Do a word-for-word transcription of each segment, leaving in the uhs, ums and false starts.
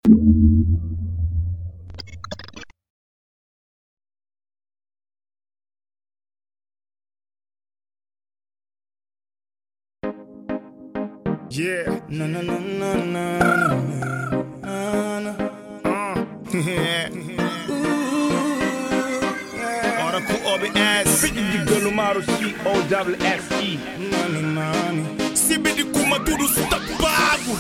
Yeah, no, no, no, no, no, no, no, no. Uh, yeah. Oracle O B S, diga no Maro C O W S E. Money, money. Se me de kuma tudo está pago.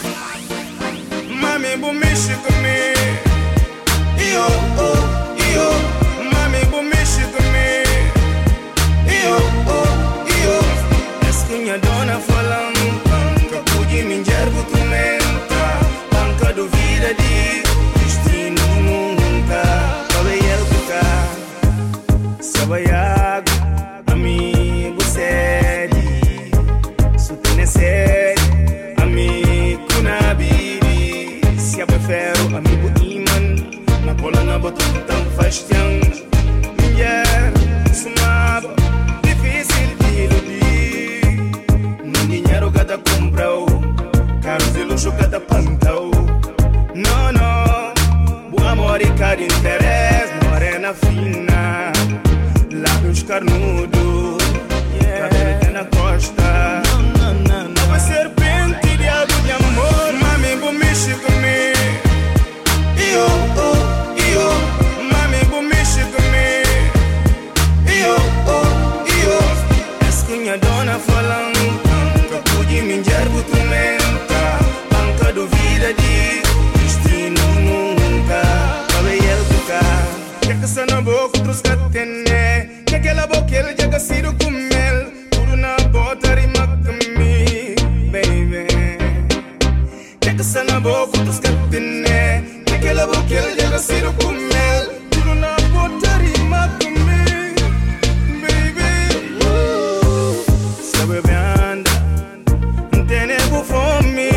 Mami, vou mexer comigo. Io, oh, io. Mami, vou mexer comigo. Io, oh, io. És que minha dona falando. Pude me enxergo tu menta. Banca do vida de destino nunca. Sabe eu ficar. Sabe água. Amigo sede. Sutene sede. Amigo na bibi. Se eu prefiro amigo iman. Na cola na botum tão fastião. Mulher. Sumaba. Difícil de iludir. No dinheiro cada comprou. Carros de luxo cada pantão. Não, não. Bom amor e cada interesse. Morena fina. Lábios carnudos. Cabelo na costa. Não, não, não. Nova serpente de água de amor. Mami, vou mexer comigo. Io, oh, io. Mami, vou mexer comigo. Io, oh, io. És que minha dona falando. Que pude me enxergo tu menta. Banca do vida de destino nunca. Sabe eu ficar. Que que se na boca trouxe que tem. Que aquela boca ele já que se com mel. Tudo na bota rima comigo, baby. Que que se na boca trouxe que tem. Que aquela boca ele já que se com mel. Tudo na bota rima comigo, baby. Sabe bem anda. Tem fome.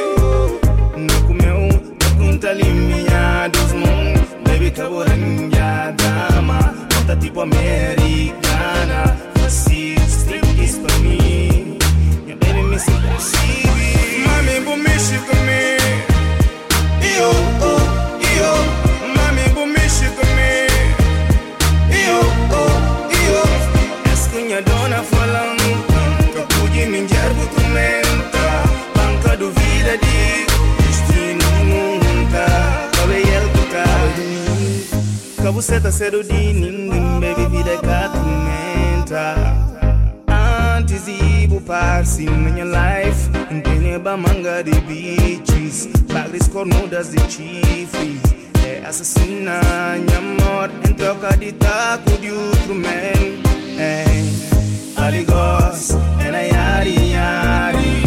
Não comeu, pergunta limia dos mãos. Baby, caboranja, dama. Volta tipo americana. Fácil, strip isso pra mim. Minha baby me se possível. Mami, vou mexer comigo. Io, oh, io. Mami, vou mexer comigo. Io, oh, io. És que minha dona falando. Que pude me enxergo tu menta. Banca do vida de destino nunca. Sabe ele tocar. Que você tá cedo de ninguém. Baby, vida é catumenta. Antes de ir pro parse na minha life. Entende ba manga de bitches. Bagres cornudas de chifres. É assassina, minha amor. Em troca de taco de outro man. Hey, ali gosto. É na yari yari.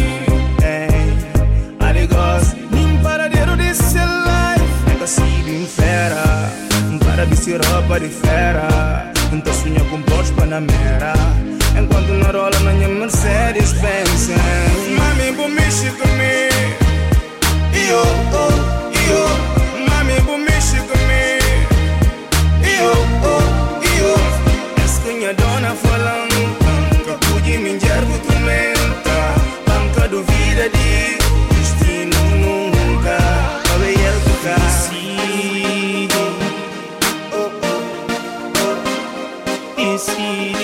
Nem paradeiro desse life. É que assim de fera. Para de ser roupa de fera. Então sonha com Porsche Panamera. Enquanto não rola na minha Mercedes Benz. Mami, vou mexer comigo. Io, oh, io. Mami, vou mexer comigo. Io, oh, io. És que minha dona falando. Que pude me enxergo tu menta. Banca do vida de destino nunca. Sabe ele tocar. Sim. Oh, oh, oh. Sim.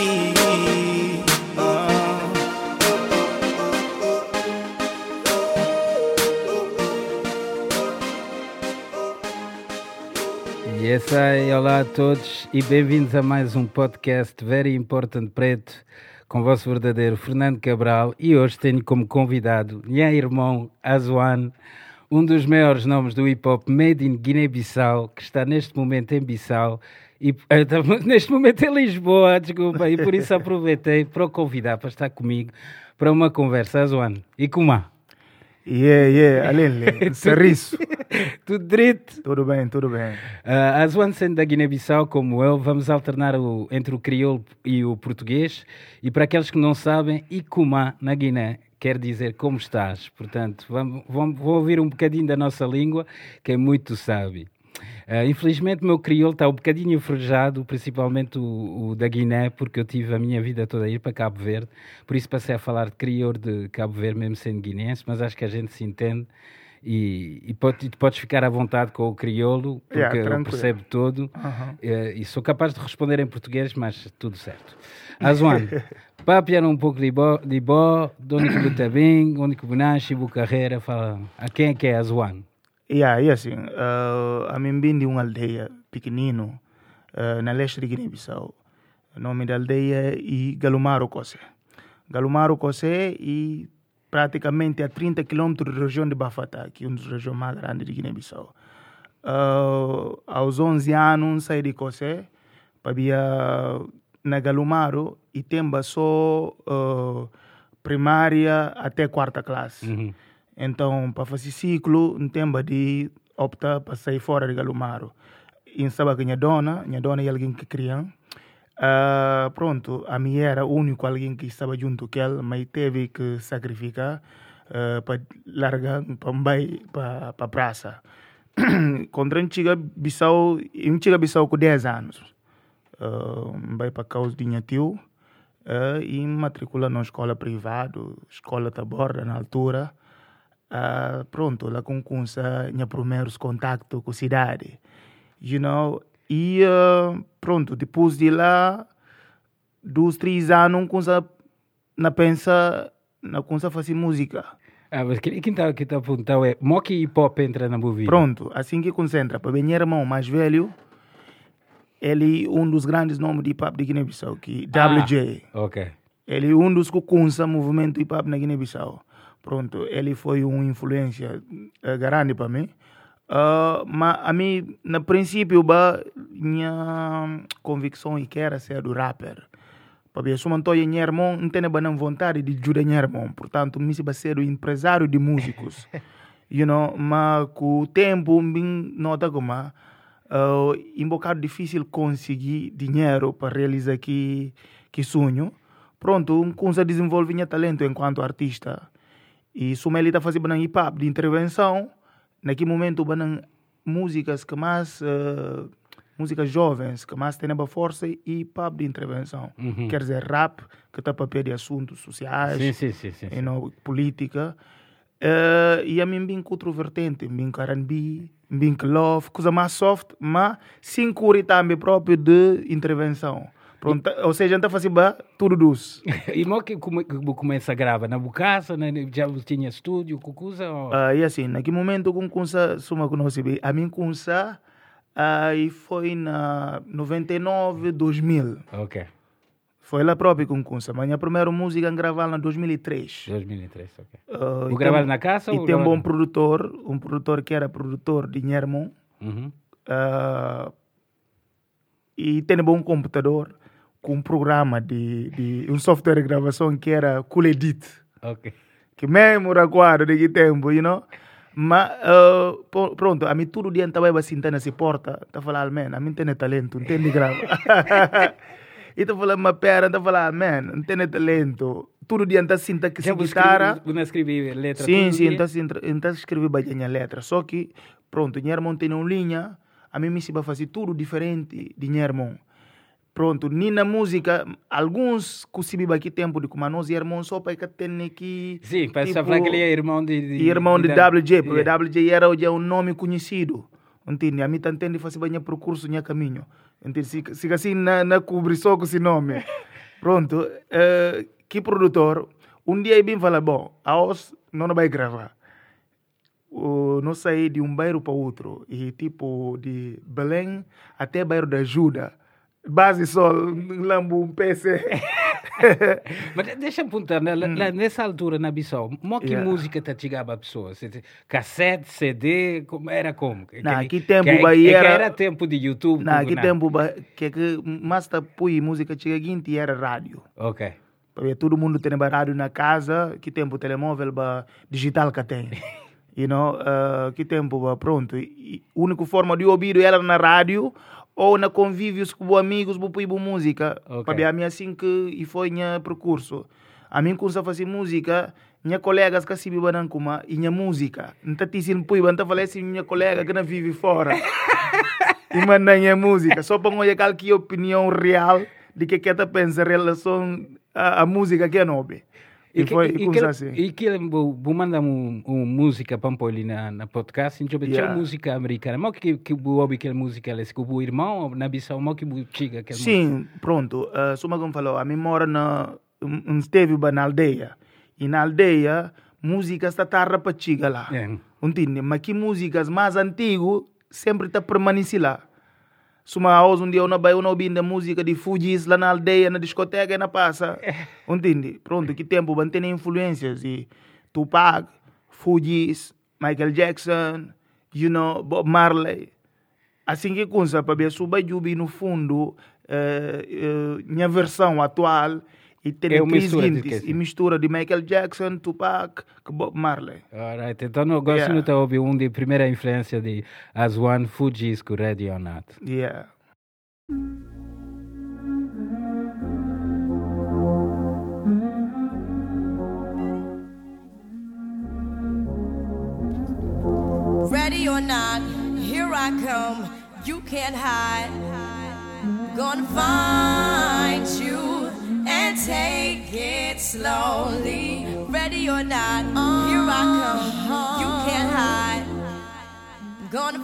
Yes, aí, olá a todos e bem-vindos a mais um podcast Very Important Preto com o vosso verdadeiro Fernando Cabral, e hoje tenho como convidado meu irmão Azwan, um dos maiores nomes do hip-hop made in Guiné-Bissau, que está neste momento em Bissau e uh, neste momento em Lisboa, desculpa, e por isso aproveitei para o convidar para estar comigo para uma conversa. Azwan, e como há? Yeah, yeah, Alele, serviço. Tudo direito? Tudo bem, tudo bem. Uh, Azwan, sendo da Guiné-Bissau, como eu, vamos alternar o, entre o crioulo e o português. E para aqueles que não sabem, Ikumá na Guiné quer dizer como estás. Portanto, vamos, vamos, vou ouvir um bocadinho da nossa língua, que é muito sabe. Uh, infelizmente o meu crioulo está um bocadinho enferrujado, principalmente o, o da Guiné, porque eu tive a minha vida toda a ir para Cabo Verde, por isso passei a falar de crioulo de Cabo Verde, mesmo sendo guineense, mas acho que a gente se entende E, e pode, podes ficar à vontade com o crioulo, porque Yeah, eu tranquilo. percebo todo. Uhum. Eh, e sou capaz de responder em português, mas tudo certo. Azwan, papiar um pouco de bo, de bo, de onde que você vem, onde que você nasce, sua carreira, fala, a quem é que é Azwan? Yeah, e assim, uh, a mim vim de uma aldeia pequenino, uh, na leste de Guiné-Bissau. O nome da aldeia é Galumaro Kose. Galumaro Kose e praticamente a trinta quilômetros da região de Bafata, que é uma das regiões mais grandes de Guiné-Bissau. Uh, aos onze anos saí de Kose, para na Galumaro e temba só uh, primária até quarta classe. Uhum. Então, para fazer ciclo, não temba de optar para sair fora de Galumaro. E sabe que minha dona, minha dona é alguém que cria. Uh, pronto, a minha era o único alguém que estava junto com ela, mas teve que sacrificar uh, para largar para a praça. Quando eu cheguei a Bissau, eu cheguei a Bissau com dez anos. Uh, vai para causa de minha tio uh, e matricula na escola privada, escola da borda na altura. Uh, pronto, lá com minha primeiros contatos com a cidade. You know, e uh, pronto, depois de lá, dos três anos, começa a pensar, na começa a fazer música. Ah, mas quem está que tá apontando é Moki e Pop entra na movida. Pronto, assim que concentra, para meu irmão mais velho, ele é um dos grandes nomes de hip-hop de Guiné-Bissau, que é W J. Ah, ok. Ele é um dos que começa o movimento hip-hop na Guiné-Bissau. Pronto, ele foi uma influência uh, grande para mim. Uh, mas a mim, no princípio, ba, minha convicção é que era ser do rapper. Porque se eu não tenho irmão, não tenho vontade de ajudar meu irmão. Portanto, me se ser o empresário de músicos. you know, mas com o tempo, me nota como uh, é um bocado difícil conseguir dinheiro para realizar que, que sonho. Pronto, um começa a desenvolver meu talento enquanto artista. E se ele está fazendo hip-hop de intervenção, naquele momento, banan músicas que mais, uh, músicas jovens, que mais têm a força e pop de intervenção. Uhum. Quer dizer, rap, que está a papel de assuntos sociais, Sim, sim, sim, sim, sim. You know, política. Uh, e a mim, bem controvertente, bem R and B, bem love, coisa mais soft, mas sem cura também próprio de intervenção. Pronto, ou seja, não está fazendo tudo dos. E como que come, começa a gravar? Na bucaça? Na, já tinha estúdio, cucuza? Ou... Uh, e assim, naquele momento, com começa, suma conhece bem, a mim começa, uh, e foi na noventa e nove, dois mil. Ok. Foi lá próprio com começa, mas a minha primeira música eu gravava em dois mil e três. dois mil e três, ok. Uh, o gravar na casa? E ou tem um gravar... bom produtor, um produtor que era produtor de Nhermon. Uhum. Uh, e tem um bom computador, com um programa de, de um software de gravação que era Cool Edit. Ok. Que mesmo recuado de que tempo, you know? Mas, uh, pronto, a mim todo dia estava assim, nessa porta, tá falando, man, a mim tem talento, não tem de gravar. E tá falando, mas pera, tá falando, man, não tem talento. Todo dia está assim, tá que se guitarra. Você escreve letra? Sim, sim, então está escrever bem a letra. Só que, pronto, minha irmã tem uma linha, a mim me se vai fazer tudo diferente de minha irmã. Pronto, nem na música, alguns conseguiram aqui tempo de como nós irmãos só para que tem aqui. Sim, para tipo, falar que ele é irmão de. de irmão de, de W J, porque yeah. W J era já um nome conhecido. Entende? A mim está entendendo fazer bem o percurso, o caminho. Entende? Se, se assim, na, na cobrir só com esse nome. Pronto, uh, que produtor, um dia ele fala, bom, a os não vai gravar. Uh, nós saímos de um bairro para outro, e tipo, de Belém até bairro da Ajuda. Base só, lambo um P C. Mas deixa-me apontar, né? hum. Lá, nessa altura na Bissau, como que Yeah. música te chegava a pessoas? Cassete, C D, como, era como? Não, que, que tempo que, vai que, era... que era tempo de YouTube? Não, tudo, que não. tempo que que mais tá põe música chega seguinte era rádio. Ok. Porque todo mundo tem rádio na casa, que tempo telemóvel ba digital que tem. You know, uh, que tempo ba pronto. E, a única forma de ouvir era na rádio ou na convívios com amigos, para pôr música. Okay. Para a mim assim que e foi minha percurso. A mim quando eu fazia música, minha colegas que se vivam como e minha música. Não está dizendo pôr, não está falando assim minha colega que não vive fora. E manda minha música, só para olhar qual que é a opinião real de que que tá pensa em relação à, à música que é nobre. E, E que, foi e, como que, assim. e que vou vou mandar um, um música para pôr ali na, na podcast, então yeah. tinha música americana. Mas que que vou ouvir aquela música, ela que o irmão ou na Bissau, mas que vou chega aquela música. Sim, pronto. Uh, Suma como falou, a mim mora na um esteve na aldeia. E na aldeia, música está tarra para chega lá. Yeah. Entende? Mas que músicas mais antigas sempre está permanece lá. Suma hoje um dia eu não vai ouvindo música de Fujis lá na aldeia, na discoteca e na passa. Entende? Pronto, que tempo vai ter influências de Tupac, Fujis, Michael Jackson, you know, Bob Marley. Assim que coisa para ver suba jubi no fundo, uh, uh, minha versão atual e ter é três vintes e mistura de Michael Jackson, Tupac, com Bob Marley. Alright, então eu gosto Yeah. muito de ouvir um de primeira influência de Aswan Fujis com Ready or Not. Yeah. Ready or not, here I come. You can't hide. Gonna find you and take it slowly. Ready or not, here I come. You can't hide. Gonna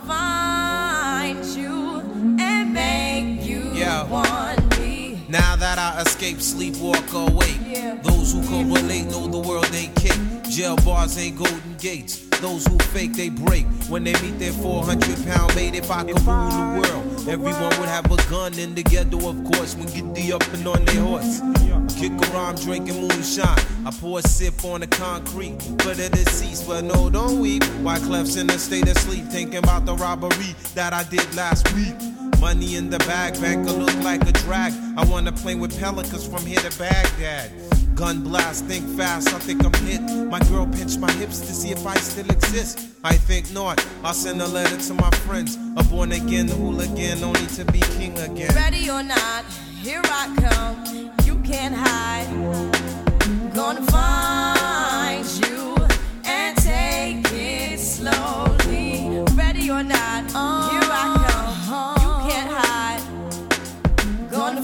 find you and make you Yeah. want me. Now that I escape, sleep, walk awake. Yeah. Those who correlate know the world ain't cake. Jail bars ain't golden gates. Those who fake, they break. When they meet their four hundred pound mate, if I could rule the world, everyone would have a gun in the ghetto, of course, when get the up and on their horse. Kick around drinking moonshine. I pour a sip on the concrete for the deceased, but no, don't weep. Why Clef's in a state of sleep, thinking about the robbery that I did last week. Money in the bag, banker look like a drag. I wanna play with pelicans from here to Baghdad. Gun blast, think fast, I think I'm hit. My girl pinched my hips to see if I still exist. I think not. I'll send a letter to my friends. A born again hooligan, only to be king again. Ready or not, here I come. You can't hide. Gonna find you and take it slowly. Ready or not, here I come. You can't hide. Gonna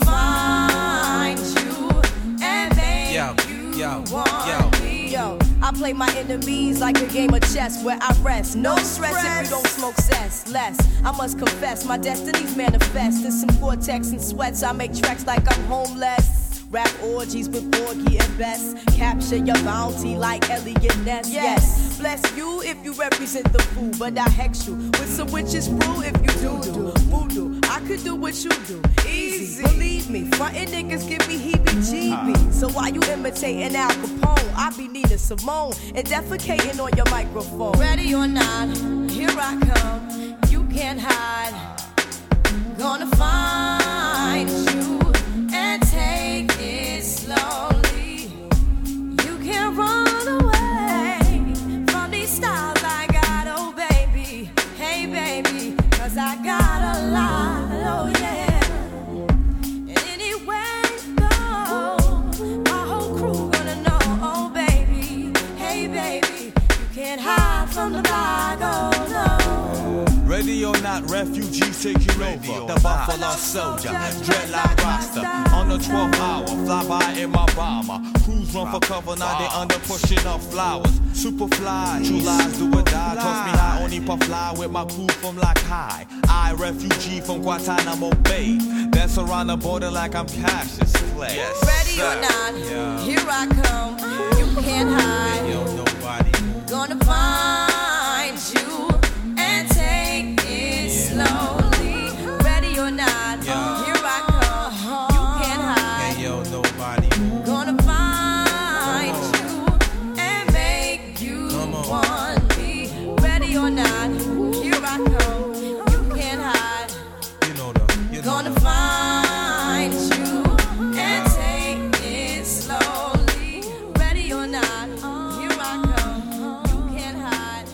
find you and make Yo, you yo, want yo. me. Yo, I play my enemies like a game of chess where I rest. No stress if you don't smoke cess. Less, I must confess, my destinies manifest. In some cortex and sweats, I make tracks like I'm homeless. Rap orgies with Borgie and Best. Capture your bounty like Elliot Ness. Yes. Bless you if you represent the fool, but I hex you with some witches brew if you do do voodoo. I could do what you do, easy. Believe me, frontin' niggas give me heebie-jeebies. So while you imitating Al Capone, I be Nina Simone and defecating on your microphone. Ready or not, here I come. You can't hide. Gonna find you and take it slowly. You can't run away from these styles I got, oh baby. Hey baby, cause I got a lot, oh yeah. And anywhere you go, my whole crew gonna know, oh baby. Hey baby, you can't hide from the block, oh no. Ready or not, refugees taking over. The Buffalo Soldier, dreadlock roster. On the twelfth hour, fly by in my bomber. Crews run for cover, now they under pushing up flowers. Super fly, true lies do or die. Toss me high, only puff fly with my crew from like high. I, refugee from Guantanamo Bay. Dance around the border like I'm Cassius Clay. Yes, Ready sir. or not, Yeah. here I come. You can't hide. Yo, nobody. Gonna find you and take it slowly. Ready or not, Yeah. here I come. You can't hide. Hey, yo, nobody. Gonna find you and make you Come on. want me. Ready or not, here I come. You can't hide. You know the. You know Gonna the. find you and take it slowly. Ready or not, here I come. You can't hide.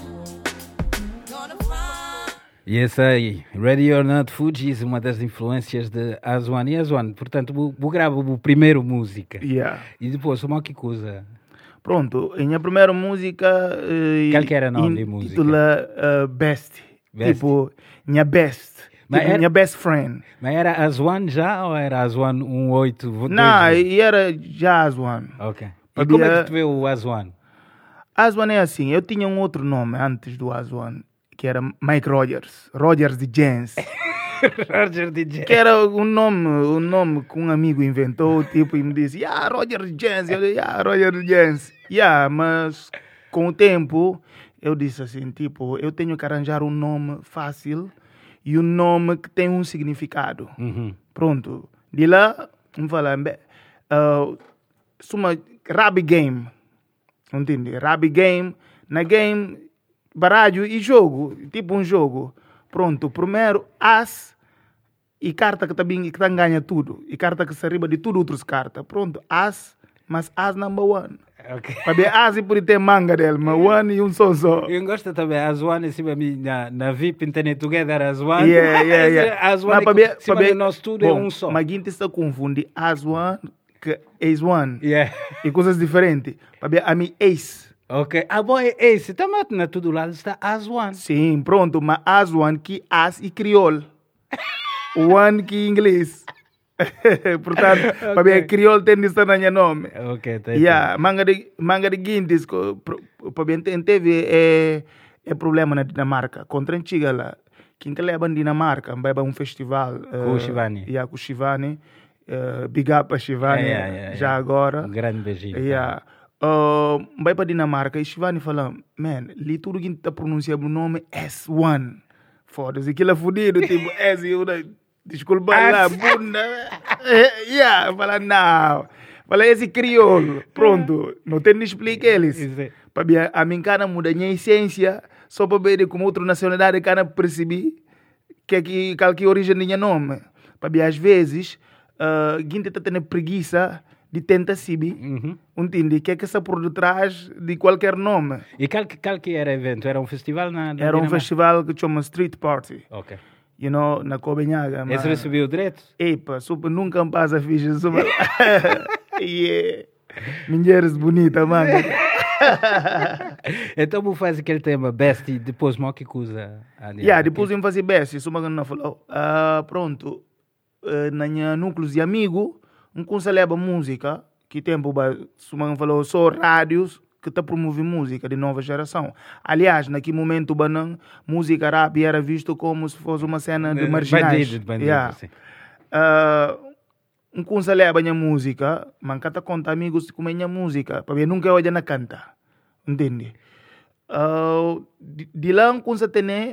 Gonna find. E esse aí, Ready or Not Fujis, uma das influências de Aswan. E Aswan, portanto, vou, vou gravar o primeiro música. Yeah. E depois, uma que coisa. Pronto, a minha primeira música... Uh, Qual que era o nome da música? Intitula uh, Best. Best. Tipo, minha best. Mas Tipo, era- minha best friend. Mas era Aswan já ou era Aswan um oito? Não, e era Jazz One. Ok. E como é que tu vê o Azwan? Azwan é assim, eu tinha um outro nome antes do Azwan, que era Mike Rogers, Rogers de Jens. Roger D J. Que era um nome, um nome que um amigo inventou, tipo, e me disse, yeah, Roger Jens, eu disse, yeah, Roger Jens. Yeah, mas com o tempo, eu disse assim, tipo, eu tenho que arranjar um nome fácil e um nome que tem um significado. Uhum. Pronto. De lá, me fala, uh, suma Rabi Game. Entende? Rabi Game, na game, baralho e jogo, tipo um jogo. Pronto, primeiro, as e carta que também que tá ganha tudo. E carta que se arriba de tudo outras cartas. Pronto, as, mas as number one. Okay. Para ver as e por ter manga dele, mas one e um só só. Eu gosto também, Azwan em cima de na, na V I P Internet Together, Azwan. Yeah, yeah, yeah. Azwan em cima do nosso tudo é um só. Mas a gente está confundindo Azwan que Ace One. Yeah. E coisas diferentes. Para ver a mim Ace. Ok. Ah, bom, é esse. Também na todo lado está Azwan. Sim, pronto. Mas Azwan que as e criol. One que inglês. Portanto, okay. Para ver criol tem de estar no nome. Ok, tá. Yeah, manga de manga de guindes para ver teve é é problema na Dinamarca. Contra antiga lá. Quem que leva na Dinamarca, vai para um festival com o Shivani. Yeah, com o Shivani. Uh, big up para Shivani. Yeah, yeah, yeah, já yeah. agora. Um grande beijinho. Yeah. Uh, vai para Dinamarca e Shivani fala, man, li tudo que está pronunciando o nome S um. Foda-se, aquilo é fodido, tipo S e uma. Desculpa lá, bunda. Yeah, fala, não. Fala, esse crioulo. Pronto, não tem de explicar eles. Para ver, a minha cara muda a minha essência, só para ver como outra nacionalidade cara perceber que é que, que a origem do meu nome. Para ver, às vezes, a gente está tendo preguiça de tentar saber, uhum. Entende? Que é que está por detrás de qualquer nome. E qual, qual que era o evento? Era um festival na, na Era um Dinamarca? festival que chama Street Party. Ok. You know, na Copenhaga. Esse recebeu direito? Epa, super, nunca me passa ficha. Super... yeah. Mulheres bonitas, mano. Então vou fazer aquele tema best e depois mal que coisa. Yeah, depois eu fazer best. Isso mas não falou. Uh, pronto. Uh, na minha núcleo de amigo, um conselho música. Que tempo, se falou, só rádios que está promovendo música de nova geração. Aliás, naquele momento, banão, música rap era visto como se fosse uma cena de marginais. Bandido, bandido, yeah. Sim. Uh, um conselho a minha música, mas cata conta amigos com a minha música, para ver nunca olha na canta, entende? Uh, de, de lá um conselho tem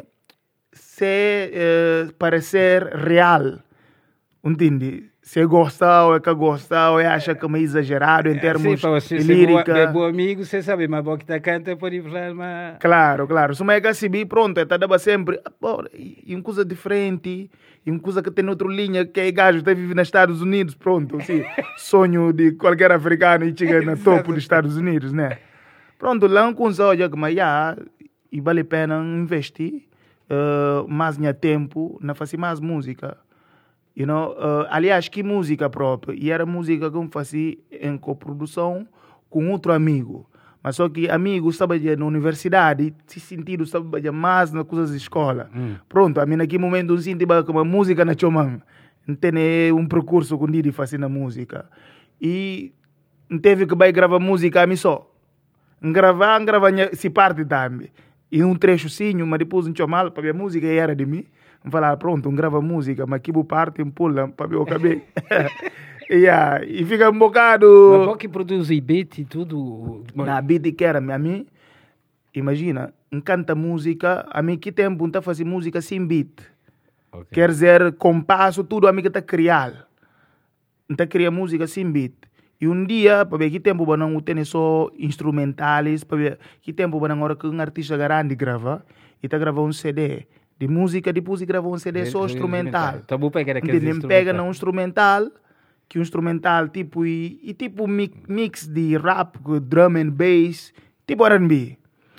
se uh, parecer real, entende? Se gosta ou é que gosta ou acha que é meio exagerado em termos sim, você, de lírica. Se é bom amigo, você sabe, mas bom que está canta pode falar, mas... Claro, claro. Se uma é que se pronto, está dando sempre e uma coisa diferente, e uma coisa que tem outra linha, que é gajo que vive nos Estados Unidos, pronto, assim, sonho de qualquer africano e chega no topo dos Estados Unidos, né? Pronto, lá um conselho que mas já, e vale a pena investir uh, mais minha tempo na fazer mais música. You know, uh, aliás, que música própria. E era música que eu fazia em coprodução com outro amigo. Mas só que amigo estava na universidade, se sentido estava mais nas coisas de escola. Hum. Pronto, a mim naquele momento eu senti que uma música na choman. Não tem um percurso com de fazer na música. E não teve que vai gravar música a mim só. Gravar, gravar se parte também. E um trechozinho, mas depois não tinha mal, para ver a música era de mim. Falar, pronto, um grava música, mas que parte um pula para ver o cabelo. Yeah, e fica um bocado... Mas qual que produz e beat e tudo? Na beat que era, a mim, imagina, um canta música, a mim que tempo não está fazendo música sem beat. Okay. Quer dizer, compasso, tudo a mim que está criar. Não está criar música sem beat. E um dia, para ver que tempo não tem só instrumentais, para ver que tempo não hora que um artista grande grava, e está gravando um C D. De música, depois gravou um C D só instrumental. Então vou pegar aqueles instrumental. Pega num instrumental, que um instrumental tipo, e, e tipo mix de rap, drum and bass, tipo R and B.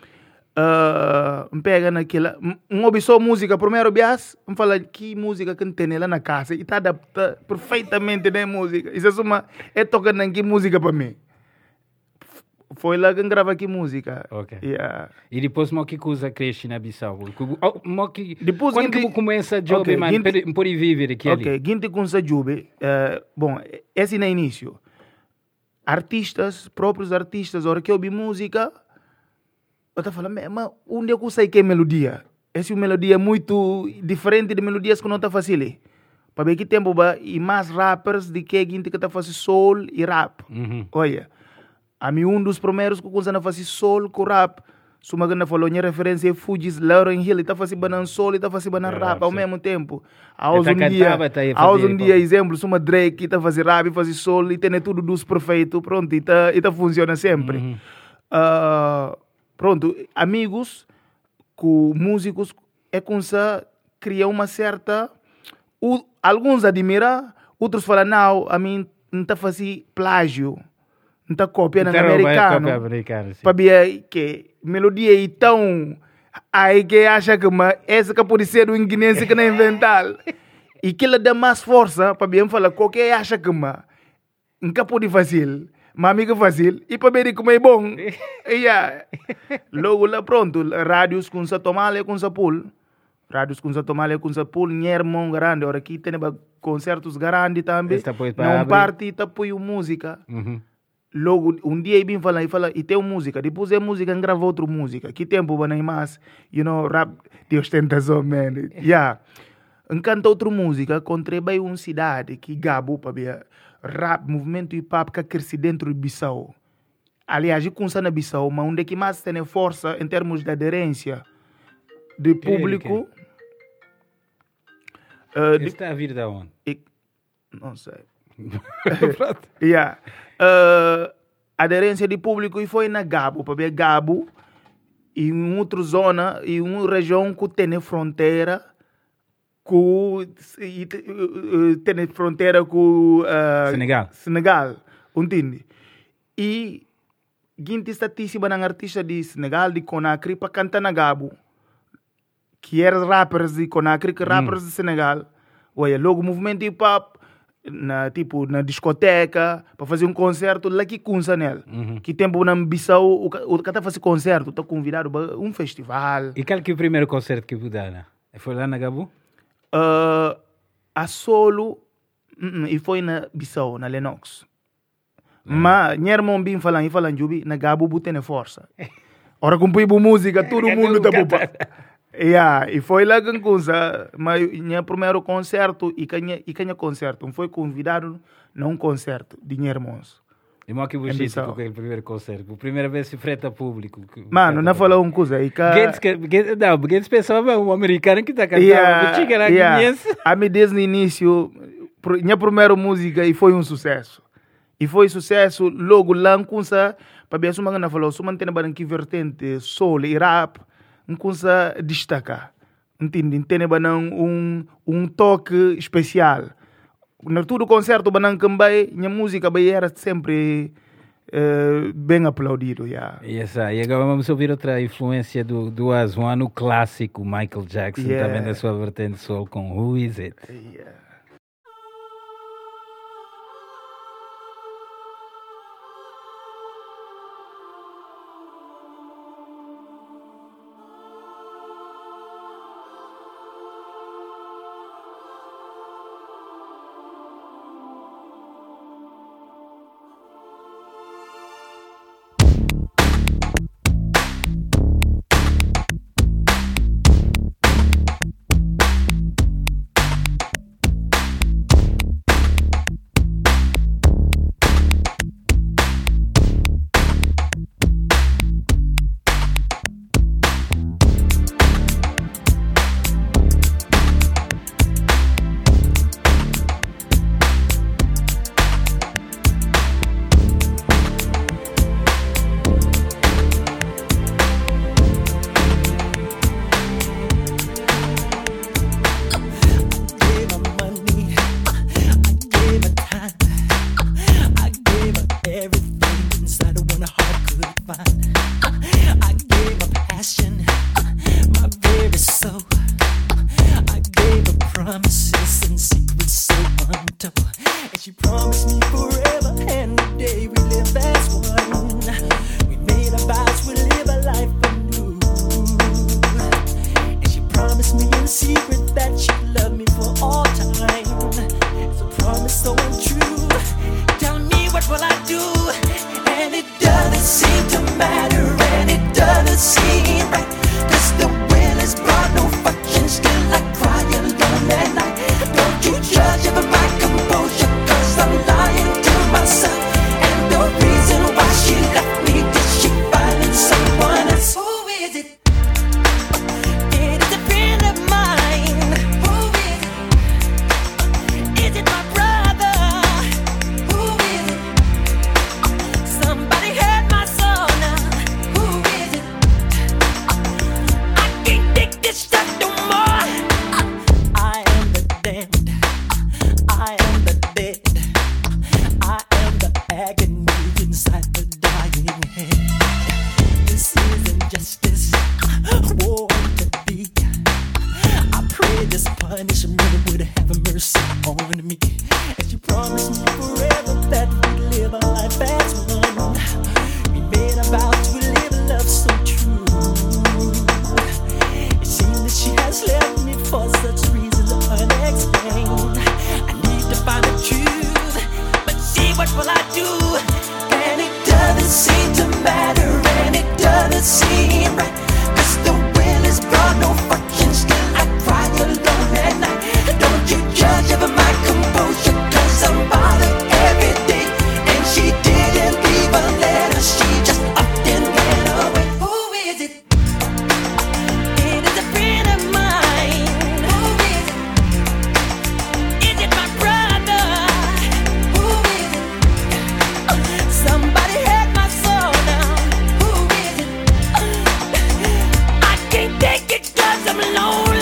Uh, pega naquela, um ouve só música, primeiro bias, um fala que música que tem lá na casa, e está adaptada perfeitamente na música. Isso é uma, é tocando aqui música para mim. Foi lá que eu grava aqui música. Okay. Yeah. E depois mo que coisa cresce na Bissau? Mo que depois quando que começa a job, okay, man, ginti... pode viver aqui ok, ali. Ginti começa a job. Uh, bom, esse no início. artistas, próprios artistas, a hora que eu ouvi música, eu estava falando, mas onde é que eu sei que é melodia? Essa melodia é muito diferente de melodias que não está fácil. Para ver que tempo ba e mais rappers de que gente que está fazendo soul e rap. Uhum. Olha, a mim um dos primeiros que começaram a fazer soul com rap, se uma grande falou, minha referência é Fugees, Lauryn Hill, está fazendo banan soul e está fazendo banan É, rap ao sim. mesmo tempo. Aos Ele um tá dia, cantava, tá aí a aos fazer um pop. dia, exemplo, se uma Drake está fazendo rap e fazendo soul e tem tudo dos perfeito, pronto, e tá, e tá funciona sempre. Uhum. Uh, pronto, amigos com músicos é como se cria uma certa... O, alguns admiram, outros falam, não, a mim não está fazendo plágio, não está copiando Então, americano. cópia americana, sim. Para ver que melodia é tão... Aí que acha que uma, essa que pode ser o inglês que não é inventar. E que ela dá mais força para bem falar, qualquer acha que uma... Nunca pode fazer, mas amiga fácil, e para ver como é bom. Yeah. Logo lá pronto, rádios com sa tomale com sa pool. Rádios com sa tomale com sa pool, nhermão grande. Ora aqui tem concertos grandes também. Esta pois para Não abrir. parte e apoio música. Uhum. Logo, um dia eu vim falar e fala, e tem música, depois é música, e grava outra música. Que tempo vai mais, you know, rap de ostentação, man. Yeah. Encanta outra música, contribui uma cidade que gabo para ver rap, movimento hip hop que cresce dentro de Bissau. Aliás, eu conheço na Bissau, mas onde é que mais tem força em termos de aderência de público. Uh, de, Está a vir da onde? e, não sei. Yeah. Uh, aderência de público e foi na Gabo, para ver Gabo, em outra zona, em uma região que tem fronteira com e, uh, tem fronteira com uh, Senegal. Senegal, entende? E gente estatística na artista de Senegal, de Conakry, para cantar na Gabo, que eram rappers de Conakry, que rappers de Senegal. Olha, logo o movimento hip hop na tipo na discoteca para fazer um concerto lá que consa nele. Uhum. Que tempo na Bissau o o cara fazer concerto, está convidado para um festival. E qual que é o primeiro concerto que você deu? Foi lá na Gabu? Uh, a solo uh, e foi na Bissau, na Lennox. Mas minha irmã bem falando, e falando jubi na Gabu botando força. Ora com põe música, todo mundo tá bom. Yeah, e foi lá que coisa, mas minha primeiro concerto e canha e canha concerto, foi convidado num concerto de minha irmãos. E mal que você Bissau. com aquele primeiro concerto, a primeira vez se freta público. Mano, não falou uma coisa e cá. Não, porque eles pensavam um americano que está cantando, Yeah, yeah, era yeah. guineense. A mim desde o início, pro- minha primeira música e foi um sucesso. E foi sucesso logo lá com essa, para ver se uma gana falou, se uma tem que vertente soul e rap, não coisa destacar. Entende? Tem um um toque especial. Na todo concerto banan cambai, minha música vai era sempre eh, bem aplaudido, yeah. E, essa, e agora vamos ouvir outra influência do, do Aswan, o clássico Michael Jackson, Yeah. também da sua vertente soul com Who Is It? Yeah. Promises and secrets so untold. And she promised me forever and the day we live as one. We made our vows, we live a life anew. And she promised me in secret that she'd love me for all time. It's a promise so untrue. Tell me, what will I do? one, and she really would have mercy on me. And she promised me forever that we'd live a life as one. We made a vow to live a love so true. It seems that she has left me for such reasons unexplained. I need to find the truth, but see, what will I do? And it doesn't seem to matter, and it doesn't seem right, 'cause the will is gone, no fucking still I cry alone at night. Don't you judge over my composure, 'cause I'm bothered every day. And she didn't leave a letter, she just upped and ran away. Who is it? It is a friend of mine. Who is it? Is it my brother? Who is it? Somebody had my soul now. Who is it? I can't take it 'cause I'm lonely.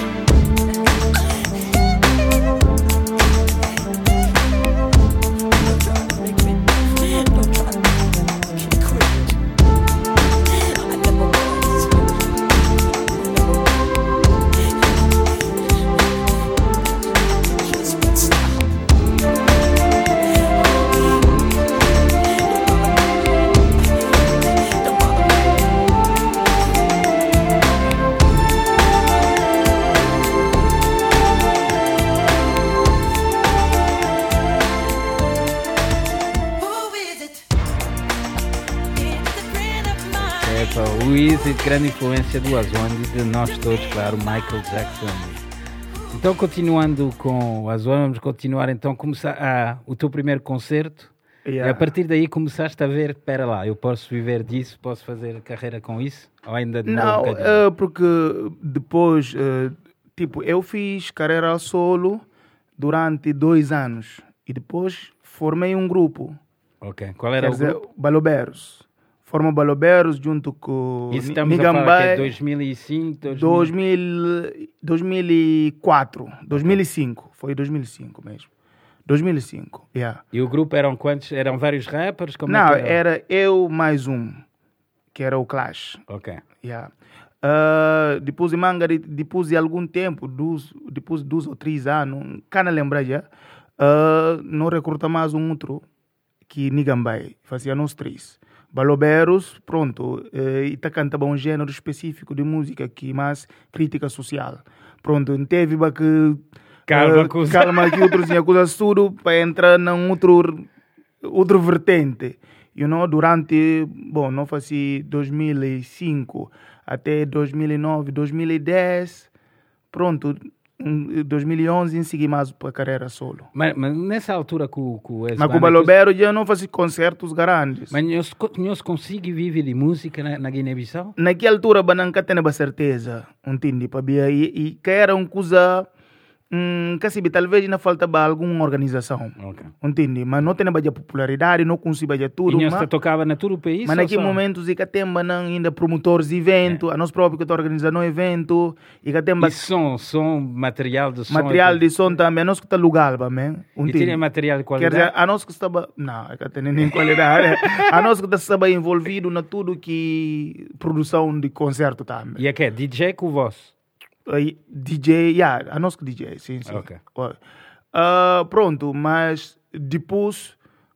Don't try to make me quit. I never was. Just won't stop. Don't bother me. Who is it? It's a friend of mine. Epa, o Easy, grande influência do Azwan e de nós todos, claro, Michael Jackson. Então, continuando com o Azwan, vamos continuar então, começar ah, o teu primeiro concerto. Yeah. E a partir daí começaste a ver, espera lá, eu posso viver disso, posso fazer carreira com isso? Ou ainda demorou Não, um bocadinho? eh, porque depois, eh, tipo, eu fiz carreira solo durante dois anos e depois formei um grupo, Ok, qual era quer o dizer, grupo? Baloberos. Formo Baloberos junto com Isso Ni- estamos a falar que é Nigambai, dois mil e cinco, dois mil... dois mil e quatro, dois mil e cinco, foi dois mil e cinco mesmo. dois mil e cinco, yeah. E o grupo eram quantos? Eram vários rappers? Como Não, é que era? era eu mais um, que era o Clash. Ok. Yeah. Uh, depois de manga, de- depois de algum tempo, dos, depois de dois ou três anos, cá não lembra já, uh, não recruta mais um outro que Nigambai, fazia nós três. Baloberos, pronto, uh, e tá cantando um gênero específico de música que mais crítica social. Pronto, não teve ba que Calma uh, com os- calma que outros tinham coisas tudo para entrar num outro outro vertente. You know, durante, bom, não fazia dois mil e cinco até dois mil e nove, dois mil e dez, pronto, em dois mil e onze segui mais para a carreira solo. Mas, mas nessa altura com, com o Mas Esbana, com o Balobero já não fazia concertos grandes. mas não se, não se consegue viver de música na, na Guiné-Bissau? Naquela altura, eu não tinha certeza, entende? E, e que era uma coisa, hum, que assim, talvez não faltava alguma organização, Ok. entende? Mas não tinha a popularidade, não conseguia tudo. E não mas... se tocava na todo o país? Mas ou naquele só? momento, e que tem ainda promotores de evento, a nós próprios que estão organizando um evento, e que tem E som, som, material de som. material e de som também, a nós que está lugar, também. E tinha material de Quer qualidade? dizer, a nós que estava, não, é que tem nem qualidade, a nós que estava envolvido na tudo que produção de concerto também. E é que é D J com voz? Aí, D J, yeah, a nós que D J, sim, sim. Ok. Olha, ah, pronto, mas depois,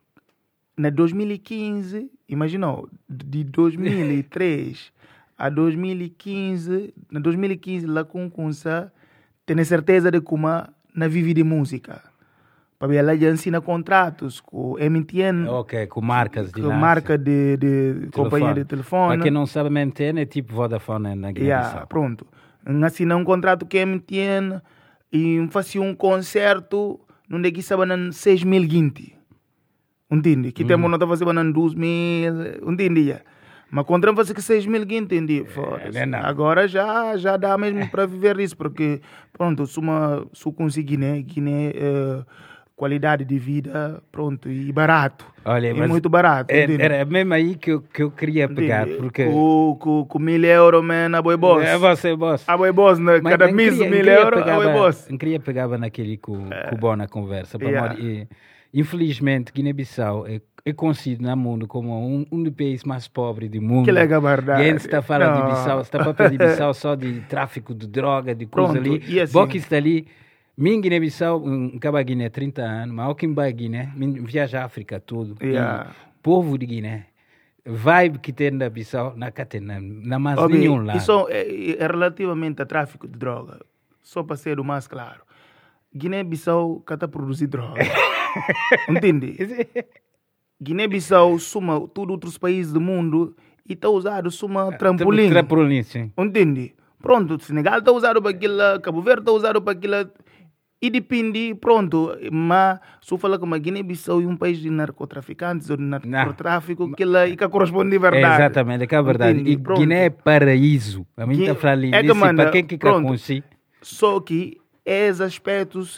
na dois mil e quinze, imaginou, de dois mil e três a dois mil e quinze, na dois mil e quinze, lá com Kunsa, tenho certeza de como na vive de música. Para ela já ensina contratos com M T N, Ok, com marcas de com lança. marca de, de companhia de telefone. Para quem não sabe, a M T N é tipo Vodafone na Guiné-Bissau. Yeah, pronto. Assina um contrato com a M T N e fazia um concerto onde que estava em seis mil guinte. Entende? Que tempo não estava fazendo dois mil, entende? Mas quando eu fazia seis mil guinte, entendi. É, não é Agora já, já dá mesmo para viver isso, porque, pronto, se uma, se eu conseguir, né, Guiné, eh, qualidade de vida, pronto, e barato. Olha, e mas muito barato. é- entende? era mesmo aí que eu, que eu queria pegar, Entende? porque... Com, com, com mil euros, man, a boi boss. É você, boss. A boi boss, né? Mas Cada não mês queria- mil não queria euros, a pegava- boi boss. não queria pegava naquele com, com o Bom na conversa. para Yeah. mor- e, infelizmente, Guiné-Bissau é é conhecido no mundo como um, um dos países mais pobres do mundo. Que legal, verdade. E a gente está falando Não. de Bissau, está para de Bissau só de tráfico de droga, de coisa Pronto, ali. e assim- Boque está ali. Minha Guiné-Bissau, um caba Guiné, trinta anos, mas aqui em Guiné, viaja a África tudo. Yeah. E povo de Guiné, vibe que tem na Bissau, na catena, na mais Ó, bem, nenhum lado. Isso é, é relativamente a tráfico de droga. Só para ser o mais claro. Guiné-Bissau está a produzir droga. Entende? Guiné-Bissau suma todos outros países do mundo e está usado suma trampolim. Trampolim, sim. Entende? Pronto, Senegal está usado para aquilo, Cabo Verde está usado para aquilo. E depende, pronto, mas se eu falar que a Guiné-Bissau é um país de narcotraficantes ou de narcotráfico, que ela que corresponde à verdade. É exatamente, é que é a verdade. Entende? E Pronto. Guiné é paraíso. A mim Que- está falando é que isso, manda, para quem que quer pronto. conhecer. Só que esses aspectos,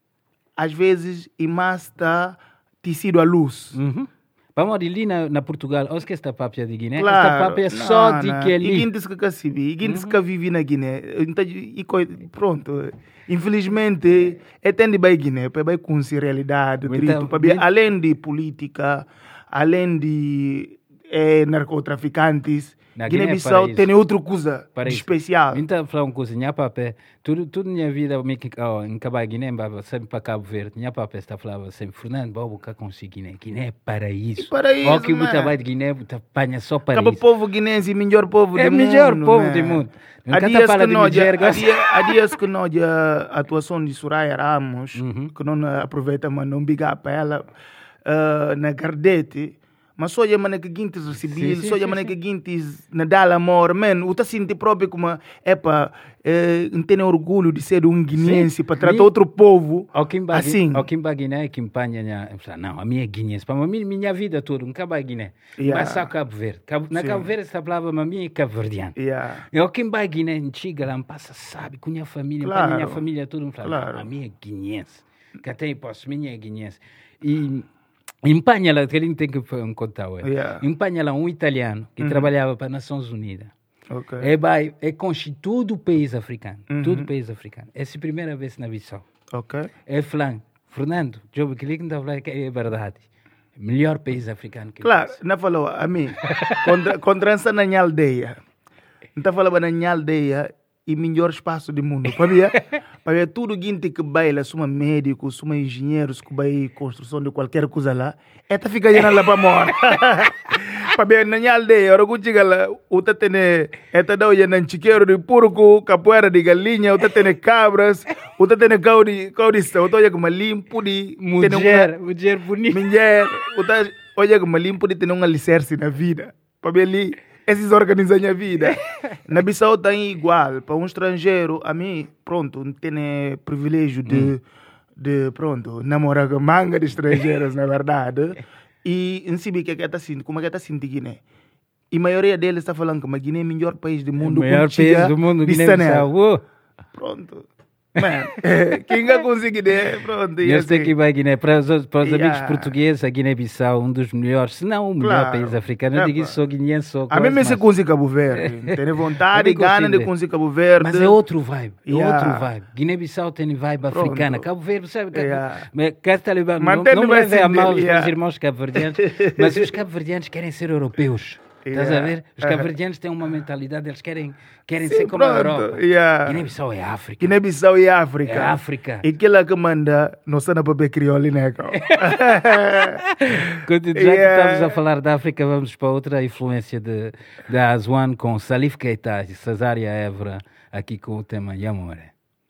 às vezes, e mais está tecido à luz. Uhum. Vamos ali na, na Portugal, olha que esta papia de Guiné, Claro, esta papia é só não, de não. que ali. E gente que se vive, e gente que vive na Guiné. Então, e coi- pronto, infelizmente, é tende bem Guiné, para bem conhecer a realidade, Então, trito, para ver, bem- além de política, além de eh, narcotraficantes, Na Guiné é Guiné-Bissau paraíso. tem outra coisa Para de isso. especial. Então, falar uma coisa, minha papé, tudo, tudo minha vida, me que- oh, em Cabo Guiné, baba, sempre para Cabo Verde, minha papé está falando sempre, Fernando, bobo, cá consigo Guiné, Guiné é paraíso. É paraíso, Ó, que man. muito vai de Guiné, tá apanha só Acaba paraíso. povo guinense, melhor povo É do mundo. melhor povo man. do mundo. Há Nunca tá dias, fala que de nós, Niger, há, gosta- dia, há dias que nós, a atuação de Soraya Ramos, Uhum. que não aproveitamos, não big up ela, ah, na Gardete, mas só a maneira que Guintes recebi, Sim, sim, só a sim, maneira sim. que Guintes na dá amor, man, eu tá sentindo próprio como, epa, é, tem orgulho de ser um guinense, Sim. para tratar Mi- outro povo, Ao Kimba, assim. ao Kimba Guiné, que empanha, nha- eu falo, não, a minha é Guiné, para mim, minha vida toda, um Cabo Guiné, Yeah. mas só Cabo Verde. Cabo, na Sim. Cabo Verde, essa palavra, a minha é Cabo Verdeano. Yeah. E ao Kimba Guiné, chega lá, passa, sabe, com a minha família, Claro. para a minha família, tudo, fala, Claro. não, a minha é guinense, que até posso, minha é guinense. E empanha lá, que a gente tem que f- contar, ué. Yeah. Empanha lá um italiano que trabalhava para as Nações Unidas. Ok. É, vai, é conche todo o país africano, Uhum. todo o país africano. Essa é a primeira vez na Bissau. Ok. É flan. Fernando, Job Click não está que é verdade. Melhor país africano que Claro, existe. não falou a mim. Contra, contra essa na minha aldeia. Não está falando na minha aldeia e melhor espaço do mundo. Para ver, para ver tudo gente que baila, suma médicos, suma engenheiros que vai construção de qualquer coisa lá, é tá ficar lá para morrer. Para ver na minha aldeia, hora que chega lá, o tá tendo, é tá dando um chiqueiro de porco, capoeira de galinha, o tá tendo cabras, o tá tendo cão de cão de céu, o tá olhando como limpo de Mulher, mulher bonita. mulher, uta, olha como limpo de ter um alicerce na vida. Para ver ali, esses organizam a vida. Na Bissau tem igual. Para um estrangeiro, a mim, pronto, não tem privilégio de, de pronto, namorar com manga de estrangeiros, na verdade. E em si, que é que está sentindo, como é que está sentindo Guiné? E a maioria deles está falando que a Guiné é o melhor país do mundo. O melhor quando chega país do mundo, de Guiné-Bissau. Sanel. Oh, Pronto. Man, quem vai conseguir, né? Pronto. e eu sei assim. que vai Guiné. Para os, para os Yeah. amigos portugueses, a Guiné-Bissau um dos melhores, se não o melhor Claro. país africano. Eu digo Epa. isso, sou guineense, sou A mim me quase, se mas- consiga Cabo Verde. Tenho vontade, Eu nem gana de consigo. conseguir Cabo Verde. Mas é outro vibe, é Yeah. outro vibe. Guiné-Bissau tem vibe Pronto. africana. Cabo Verde, sabe? que- Yeah. Mas cá está levando. Não, Mantendo não me vai levem a ser mal os dele, meus yeah. irmãos cabo-verdianos, mas os cabo-verdianos querem ser europeus. Estás a Yeah. ver? Os Uh-huh. cabo-verdianos têm uma mentalidade, eles querem, querem Sim, ser como a pronto. Europa. Yeah. Guiné-Bissau é África. Guiné-Bissau e África. É África. E aquela que manda, não está na papel crioulo, né? cara? Quando, já Yeah. que estamos a falar da África, vamos para outra influência de, da Azwan com Salif Keita e Cesária Évora, aqui com o tema Yamore.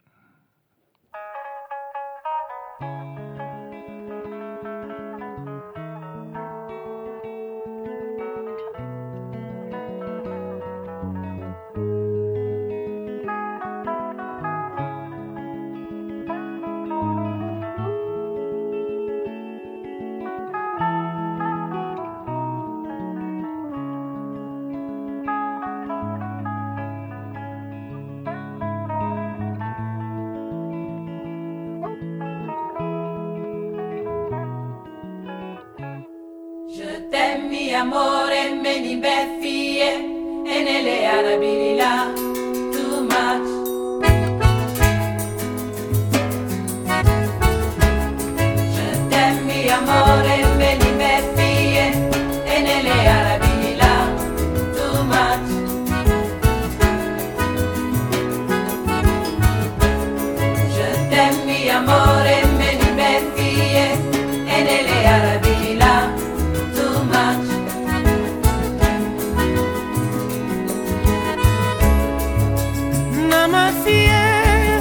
Je t'aime mi amore meni beffie e nelle arabi là too much. Je t'aime mi amore meni beffie amore meni befie e nelle arabi là too much. Nama fie,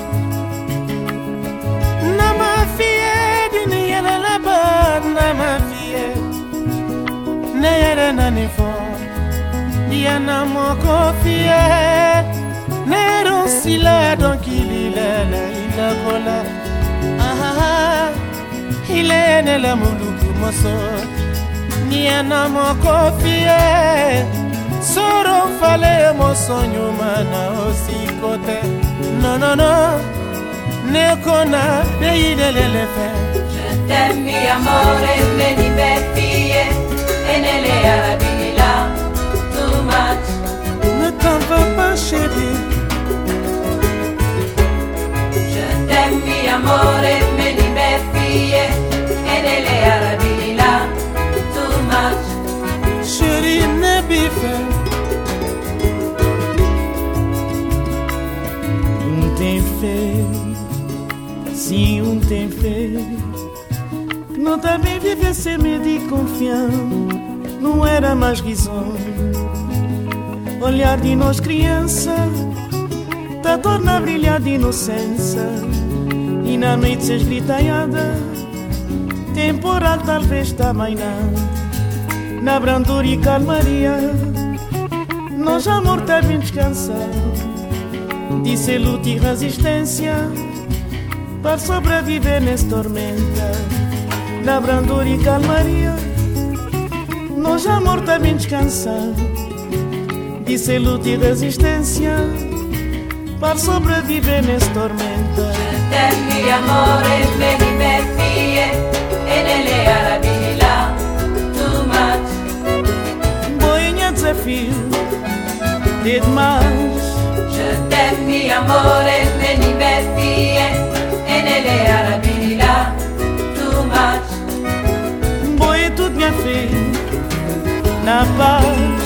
nama fie di ne yere la ba, nama fie ne yere nani fo, dia namo kofie, ne ron sila don kilile la ila kola, ah ile ne la muluku moso, dia namo kofie. Soro fale mo sonho mana osikote. No no no, ne kona de idele fe. Je t'aime mi amore meni befie e nelle arabi là too much. Ne t'en va pas chérie. Je t'aime mi amore meni befie e nelle arabi là too much. Chérie ne bife. Um tem fé, sim um tem fé. Não tá bem viver sem medo e confiança. Não era mais risonho. Olhar de nós criança tá torna a brilhar de inocência. E na noite se esgritaiada temporal talvez também não. Na brandura e calmaria nós amor tá bem descansado. Disse luta e resistência para sobreviver nessa tormenta. Na brandura e calmaria nós amor tá bem descansado. Disse luta e resistência para sobreviver nessa tormenta. Je t'aime mi amore meni befie e nelle arabi là too much. Boinha desafio de demais. Je t'aime mi amore meni befie e nelle arabi là too much. Boi tudo minha filha na paz.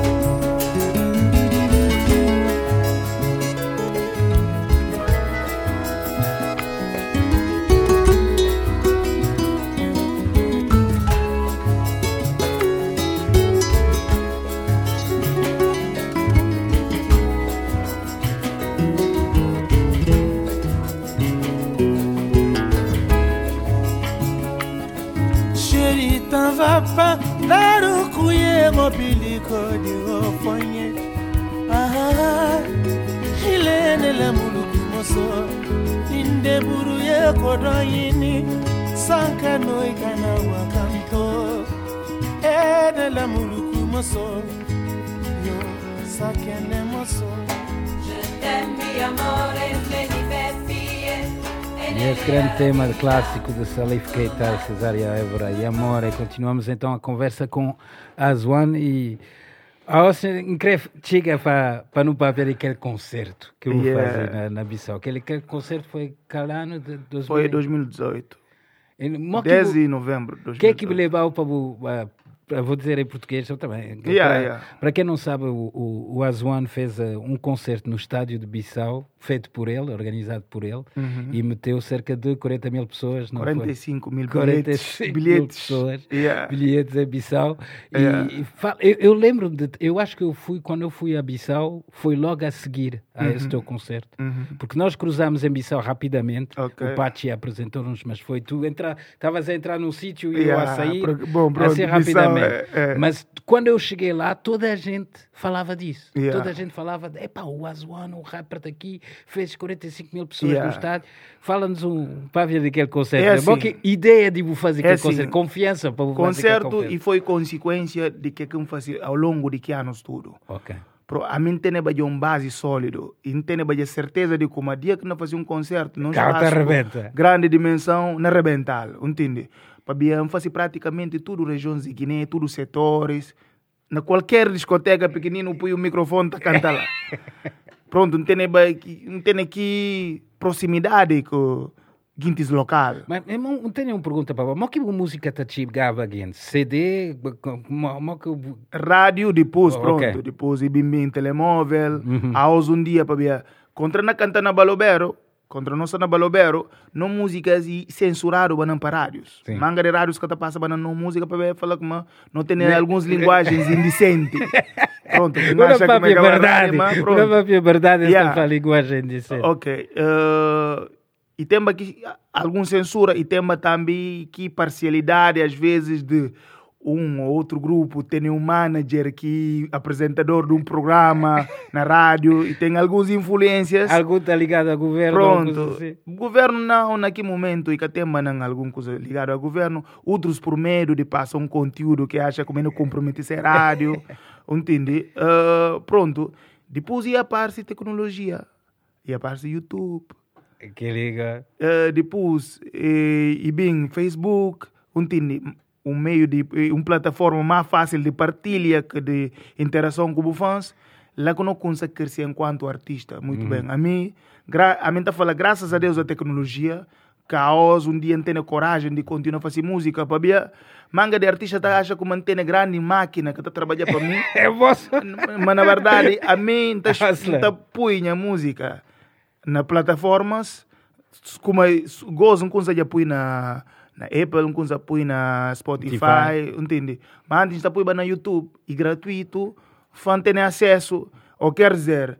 Va pas dar o cuie mobilico de ofonye. Ah, ilene la muluku moso inde buru ye kodoyini sanka no ikana wakanto. Ede la muluku moso yo sakene moso. Je t'aime mi amore meni befie. Esse grande tema clássico de Salif Keita, Cesária Évora e Amore. Continuamos então a conversa com Azwan e a você incrível chega para para no papel aquele concerto que eu vou Yeah. fazer na, na Bissau. Aquele, aquele concerto foi cada ano de dois mil. Foi em dois mil e dezoito. E, dez de novembro de dois mil e dezoito. O que é que me levou para o... Eu vou dizer em português eu também. Yeah, para, yeah. para quem não sabe, o, o, o Azwan fez uh, um concerto no estádio de Bissau, feito por ele, organizado por ele, Uhum. e meteu cerca de quarenta mil pessoas. Não quarenta e foi? cinco mil quarenta e bilhetes. cinco bilhetes. mil pessoas, Yeah. bilhetes a Bissau. E, Yeah. e fala- eu, eu lembro de, eu acho que eu fui, quando eu fui a Bissau, foi logo a seguir a esse teu concerto. Uhum. Porque nós cruzamos em Bissau rapidamente, Ok. o Pachi apresentou-nos, mas foi tu entrar, estavas a entrar num sítio e eu Yeah, a sair, pro- bom, pronto, assim Bissau rapidamente. é- é- Mas quando eu cheguei lá, toda a gente falava disso. Yeah. Toda a gente falava, de, epá, o Azwan, o rapper daqui, fez quarenta e cinco mil pessoas Yeah. no estádio. Fala-nos um pavia daquele concerto. É É bom assim. que ideia de vou fazer É aquele assim. concerto, confiança para vou fazer aquele Concerto concerto. e foi consequência de que eu fazia ao longo de que anos tudo. Ok. Pro, a mim tem uma base sólido e tem uma certeza de que uma dia que nós fazemos um concerto não Carta espaço arrebenta. grande dimensão na rebental, entende? Para bem fazer praticamente tudo regiões de Guiné, tudo setores. Na qualquer discoteca pequenino põe o microfone para cantar lá. Pronto, não tem aqui, não tem aqui proximidade com guintes local. Mas eu não tenho uma pergunta para você. Como que a música está chegava aqui? C D? Como que... Rádio depois, Oh, pronto, ok. depois e bim bim telemóvel. Uhum. Aos um dia para ver. Contra na canta na Balobero, Contra nós na Balobero, não músicas e censurado para rádios. Sim. Manga de rádios que tá passa para não música para falar que não tem algumas linguagens indecentes. Pronto, Não é própria verdade. Não é própria verdade essa Yeah. linguagem indecente. Ok. Uh, e tem aqui alguma censura e tem também que parcialidade às vezes de um ou outro grupo tem um manager que apresentador de um programa na rádio e tem algumas influências. Algo está ligado ao governo? Pronto. Assim. O governo não, naquele momento, e que tem alguma coisa ligada ao governo, outros por medo de passar um conteúdo que acha que não compromete a rádio. Entende? Uh, pronto. Depois ia a parte de tecnologia. Ia a parte de YouTube. Que liga. Uh, depois, e, e bem, Facebook. Entende? Um meio de uma plataforma mais fácil de partilha que de interação com os fãs, lá que não consegue crescer enquanto artista. Muito Uhum. bem. A mim, gra, a mim tá falando, graças a Deus a tecnologia, caos, um dia tem a coragem de continuar a fazer música, para ver, manga de artista tá acha que mantém a grande máquina que está trabalhando para mim. É vosso. Mas na verdade, a mim tá, Hustler. tá punha música nas plataformas, como gozo não consegue apoio na na Apple, não consegue apoio na Spotify, Spotify. entende? Mas antes está apoio na YouTube e gratuito, fã tem acesso, ou quer dizer,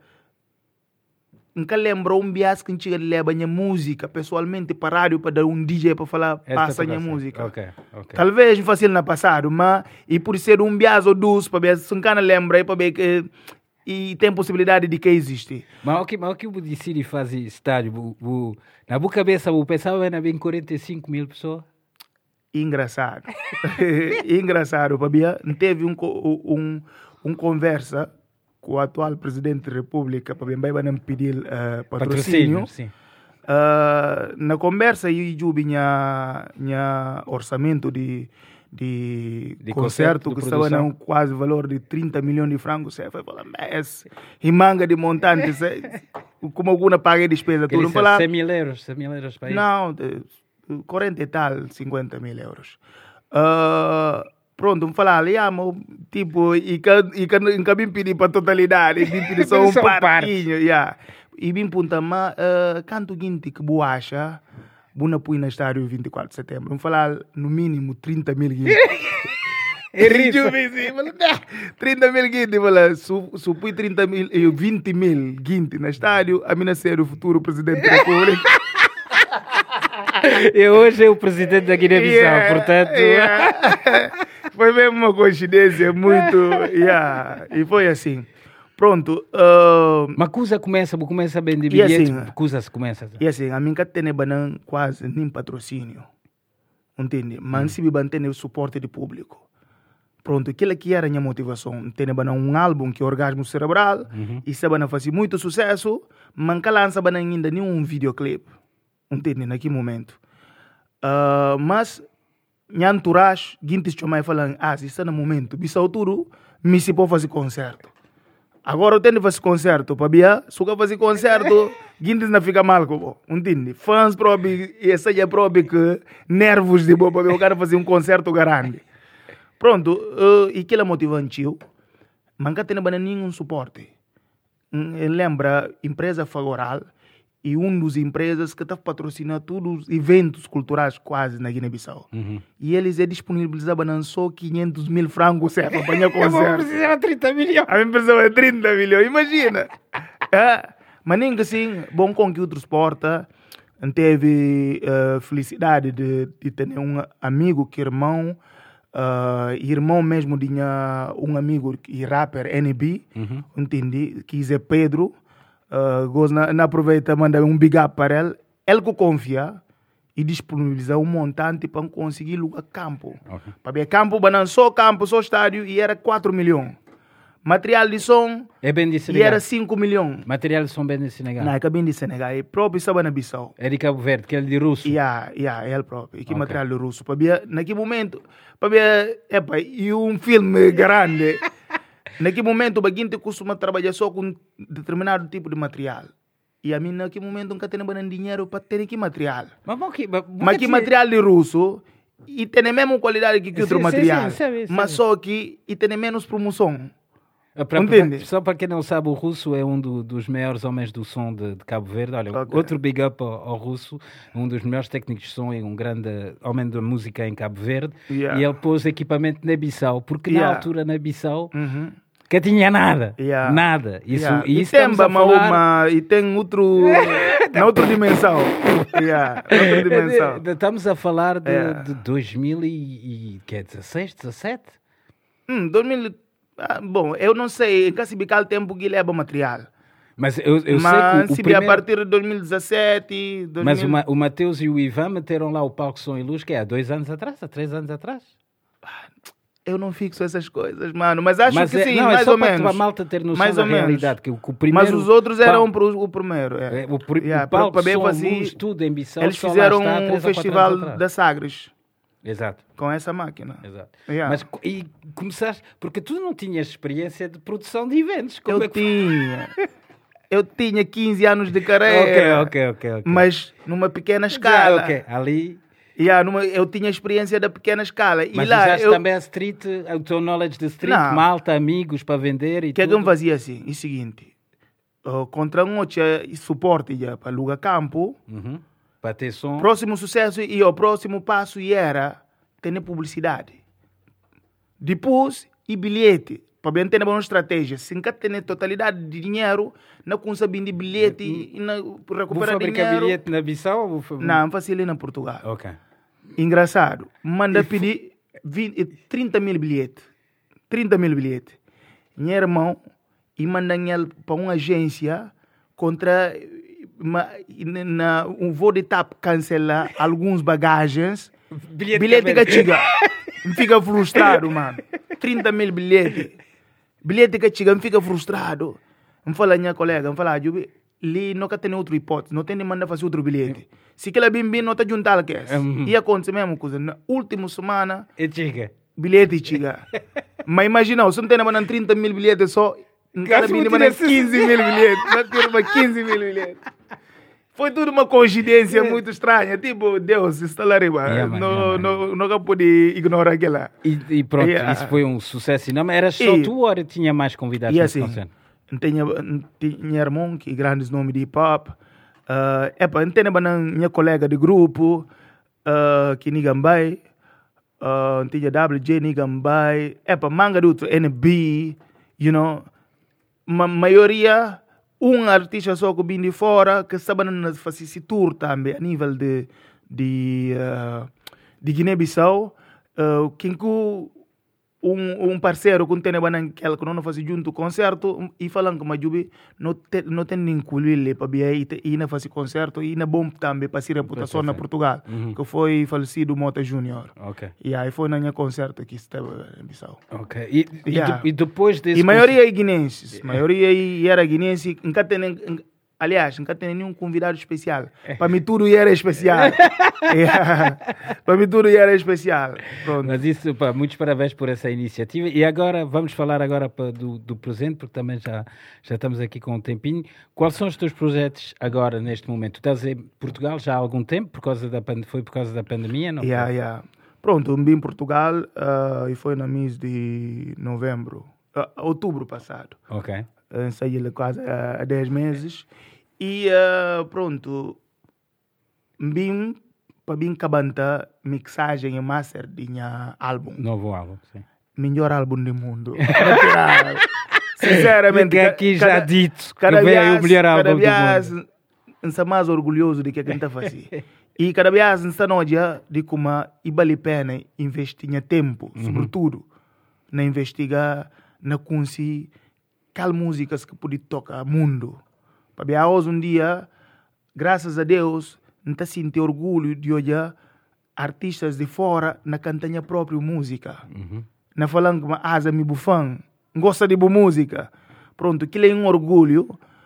nunca lembro um bias que a gente leva a música pessoalmente para a rádio para dar um D J para falar, Esta passa a coisa. música. Ok, ok. Talvez fácil no passado, mas e por ser um bias ou dois, para ver se não lembra, para ver que e tem possibilidade de que existe. Mas o que, mas o que o decidi fazer estádio? O, o, na boa cabeça, eu pensava que bem quarenta e cinco mil pessoas. Engraçado. Engraçado, Fabia. Teve um, um, um conversa com o atual presidente da República para bem pedir uh, patrocínio. Patrocínio, sim. Uh, na conversa, eu e Jubi tinha orçamento de, de, De concerto, concerto, de que estava produção. num quase valor de trinta milhões de francos. Você foi falar, mas e manga de montante, cê, como alguma paga despesa, tudo. Aquele Falar, cem mil euros, cem mil euros para ir. não, de- quarenta e tal, cinquenta mil euros. Uh, pronto, me falar ali, ah, mas, tipo, e que e que nunca me pedi para totalidade, me pedi só um Só parte. partinho, yeah. E me pergunta, mas uh, quanto guinte que boa acha, boa põe na estádio vinte e quatro de setembro? Me falar, no mínimo, trinta mil guinte. É rico. trinta mil guinte, fala, se se põe trinta mil, eh, vinte mil guinte na estádio, a mim ser o futuro presidente da República. E hoje é o presidente da Guiné-Bissau, Yeah, portanto... yeah. Foi mesmo uma coincidência muito... Yeah. E foi assim. Pronto. Uh, Mas coisa começa, começa bem de E bilhete, assim, coisa se começa. e assim, a mim que tem banan quase nem patrocínio. Entende? Mas se me tem o suporte do público. Pronto, aquilo que era a minha motivação. Tem banan um álbum que é Orgasmo Cerebral. E se banan fazer muito sucesso, mas nunca lança banan ainda nenhum videoclipe. Entende? Naquele momento. Uh, mas, minha entourage, guintes chamai falando, ah, se está no momento, bisa tudo, me se pode fazer concerto. Agora eu tenho que fazer concerto, para bia, se eu fazer concerto, guintes não fica mal com você, entende? Fãs próprios, e essa é próprio que nervos de boa, eu quero fazer um concerto grande. Pronto, uh, e que é motivante eu, mas não tem nenhum suporte. Hum, Lembra, empresa Fagoral, e um dos empresas que está patrocinando todos os eventos culturais quase na Guiné-Bissau. E eles é disponibilizavam só quinhentos mil francos para apanhar Eu vou concerto. precisar de trinta milhões. A minha precisava de trinta milhões, imagina. É, mas nem que assim, bom com que outros porta, teve uh, felicidade de, de ter um amigo que irmão, uh, irmão mesmo tinha um amigo e rapper N B, Uhum. entendi, que é Pedro. Uh, gosto na, na aproveita mandar um big up para ele. Ele que confia e disponibiliza um montante para conseguir lugar campo. Ok. Para ver campo, banan só campo, só estádio e era quatro milhões. Material de som É bem de e Senegal. era cinco milhões. Materiais são bem de Senegal. Não, é que bem de Senegal. E próprio estava na Bissau. É de Cabo Verde, que é de russo. Yeah, yeah, é ele próprio. E que Ok. material de russo. Para ver, naquele momento, para ver, epa, e um filme grande. Naquele momento, o Baguinte costuma trabalhar só com determinado tipo de material. E a mim, naquele momento, nunca tenho dinheiro para ter aquele material. Mas bom que... Mas, Mas que material de russo, e tem a mesma qualidade que, que outro Sim, sim, material. sim, sabe, sabe. Mas só que e tem menos promoção. Pra, Entende? Só para quem não sabe, o Russo é um do, dos maiores homens do som de, de Cabo Verde. Olha, Okay. outro big up ao, ao Russo, um dos melhores técnicos de som e um grande homem da música em Cabo Verde. Yeah. E ele pôs equipamento na Bissau, porque Yeah. na altura na Bissau Uhum. que tinha nada. Yeah. Nada. Isso, Yeah. E E isso tem estamos a uma, falar... uma- e tem outro na outra dimensão. Yeah, outra dimensão. De- de- Estamos a falar de, Yeah. de dois mil e dezasseis, dezassete? Hum, dois mil, ah, bom, eu não sei, em que bical tempo que leva material. Mas eu, eu Mas sei que o, se o bem a primeiro... partir de dois mil e dezassete, dois mil... Mas o, Ma- o Mateus e o Ivan meteram lá o palco Som e Luz, que é há dois anos atrás, há três anos atrás. Eu não fixo essas coisas, mano, mas acho Mas que é, sim, não, é mais só ou para menos. a malta ter noção Mais da ou menos. realidade. Que o, que o primeiro Mas os outros eram palco- pro, o primeiro. É. É, o, pri- Yeah, o palco para bem Som, fazer- Luz, tudo em Bissau, Eles só lá fizeram está há um três ou quatro festival anos atrás. da Sagres Exato. com essa máquina. Exato. Yeah. Mas co- e começaste, porque tu não tinhas experiência de produção de eventos. Como Eu é que... tinha. Eu tinha quinze anos de carreira. Ok, ok, ok. ok. Mas numa pequena Já, escala. ok, ali... Yeah, numa, eu tinha experiência da pequena escala. Mas e lá usaste eu... também a street, o teu knowledge de street, Não. malta, amigos para vender e O que é que tudo. eu fazia assim? É o seguinte. Uh, contra um outro suporte já para alugar campo. Uhum. Para ter som. Próximo sucesso e o próximo passo era ter publicidade. Depois, e bilhete. Para bem ter uma estratégia. Se não tem totalidade de dinheiro, não consegue vender bilhete e não Vou recuperar fabricar dinheiro. bilhete na Bissau? Ou fa- Não, faço ali na Portugal. Ok. Engraçado. Manda pedir vinte, trinta mil bilhetes. trinta mil bilhetes. Minha irmão, e manda ele para uma agência contra uma, na, um voo de TAP cancela alguns bagagens. Bilhete, Bilhete que que chega. Me fica frustrado, mano. trinta mil bilhetes. Bilhete que chega, me fica frustrado. Me fala minha colega, me fala, Jubi, ali nunca tem outra hipótese, não tem nem mandar fazer outro bilhete. Se aquela bim bim, não está juntar que é. Uhum. E acontece a mesma coisa. Na última semana, E chega. bilhete chega. Mas imagina, se não tem mandando trinta mil bilhetes só, não cada Caso bim não mandando tivesse- quinze mil bilhetes. Não tem quinze mil bilhetes. Foi tudo uma coincidência muito estranha. Tipo, Deus, está lá arriba. Yeah, man, não, yeah, man. não, nunca pude ignorar aquela. E, e pronto, Yeah. isso foi um sucesso enorme. Era só E- tu ou era- tinha mais convidados E nesse assim, concerto? tinha, tinha irmão que grandes nomes de hip hop. Uh, epa, tinha minha colega de grupo, uh, que Nigambai. Uh, tinha W J Nigambai. Epa, manga de outro, N B, you know. Ma maioria, um artista só que vem de fora, que estava na fazer tour também, a nível de, de, uh, de Guiné-Bissau. Uh, quem que um, um parceiro que tem naquela que não faz junto o concerto e falando que Majubi não tem não tem nem incluir para ir e não fazer concerto e na bom também para ser reputação na Portugal, Uhum. que foi falecido Mota Júnior. Ok. E aí foi na minha concerto que esteve em Bissau. Ok. E, e Yeah. de- e depois desse E maioria é guinenses, maioria aí era guinense, nunca tem nem- aliás, nunca tem nenhum convidado especial. Para mim tudo era especial. Yeah. Para mim tudo era especial. Pronto. Mas isso, pá, muitos parabéns por essa iniciativa. E agora, vamos falar agora pá, do, do presente, porque também já, já estamos aqui com um tempinho. Quais são os teus projetos agora, neste momento? Tu estás em Portugal já há algum tempo, por causa da pand- foi por causa da pandemia? Não Yeah, foi? yeah. Pronto, eu vim em Portugal ah, e foi no mês de novembro, ah, outubro passado. Ok. Uh, saí de casa há dez meses e ah, pronto, vim para vir cabanta mixagem e master de minha álbum. Novo álbum, sim. Melhor álbum do mundo. Natural. Sinceramente. Porque aqui já dito que veio vez- o melhor álbum cada do vez mundo. Está mais orgulhoso de que a gente está fazendo. E cada vez está noja de como e vale a pena investir em tempo, sobretudo, na investigar, na conseguir qual músicas que pode tocar no mundo. Para hoje um dia, graças a Deus, não está sentindo orgulho de olhar artistas de fora na cantar a própria música. Uhum. Na falando como asa mi bufão, gosta de boa música. Pronto, aquilo é um orgulho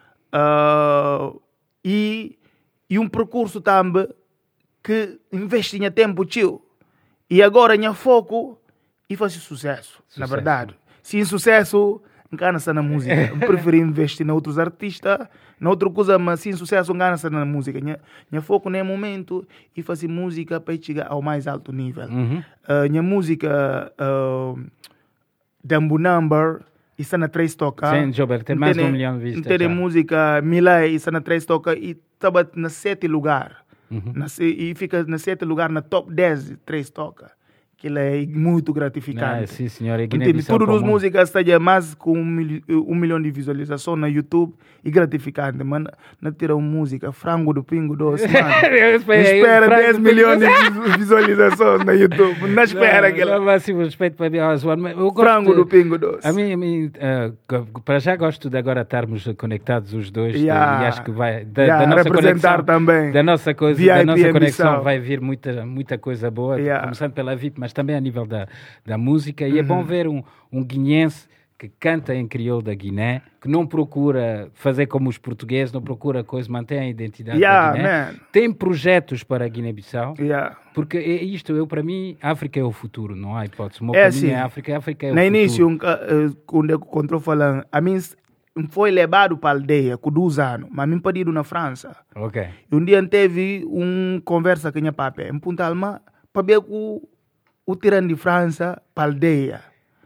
ah, e, e um percurso também que investe em tempo tio. E agora em foco e faz sucesso, na Sucesso. verdade. Se em sucesso, engana-se na música. Eu prefiro investir em outros artistas, na outra coisa, mas se em sucesso, engana-se na música. Minha, minha foco nesse momento e fazer música para chegar ao mais alto nível. Uhum. Uh, minha música uh, Dambu Number está na três toca. Sim, Jober, tem mais de um milhão de vistas. Tem música Milay, está na três toca e estava na sete lugar. Uhum. Na, e fica na sete lugar na top dez de três toca. Que é muito gratificante. Ah, sim, senhor. E Todas as músicas têm mais com um, mil, um milhão de visualizações na YouTube e gratificante. Mas não tiram música, frango do Pingo Doce, mano. eu esperei, espera dez milhões de visualizações na YouTube. Não espera aquela. Não, máximo respeito para a Oswald. Frango do Pingo Doce. A mim, a mim uh, para já gosto de agora estarmos conectados os dois. Yeah. E acho que vai. Da, Yeah, da nossa representar conexão, também. Da nossa, coisa, V I P da nossa conexão emissão. vai vir muita, muita coisa boa. Yeah. Começando pela V I P, mas também a nível da, da música. E Uhum. é bom ver um, um guineense que canta em crioulo da Guiné, que não procura fazer como os portugueses, não procura coisa, mantém a identidade Yeah, da Guiné. man. Tem projetos para a Guiné-Bissau. Yeah. Porque é isto, eu para mim, a África é o futuro, não há hipótese. O meu É caminho assim, é a África, a África é o no futuro. início, um, uh, quando eu encontrou falando, a mim foi levado para a aldeia com dois anos, mas me pedido na França. Ok. E um dia teve uma conversa com a minha papi, em Punta Alma, para ver o, o tirando de França para a aldeia.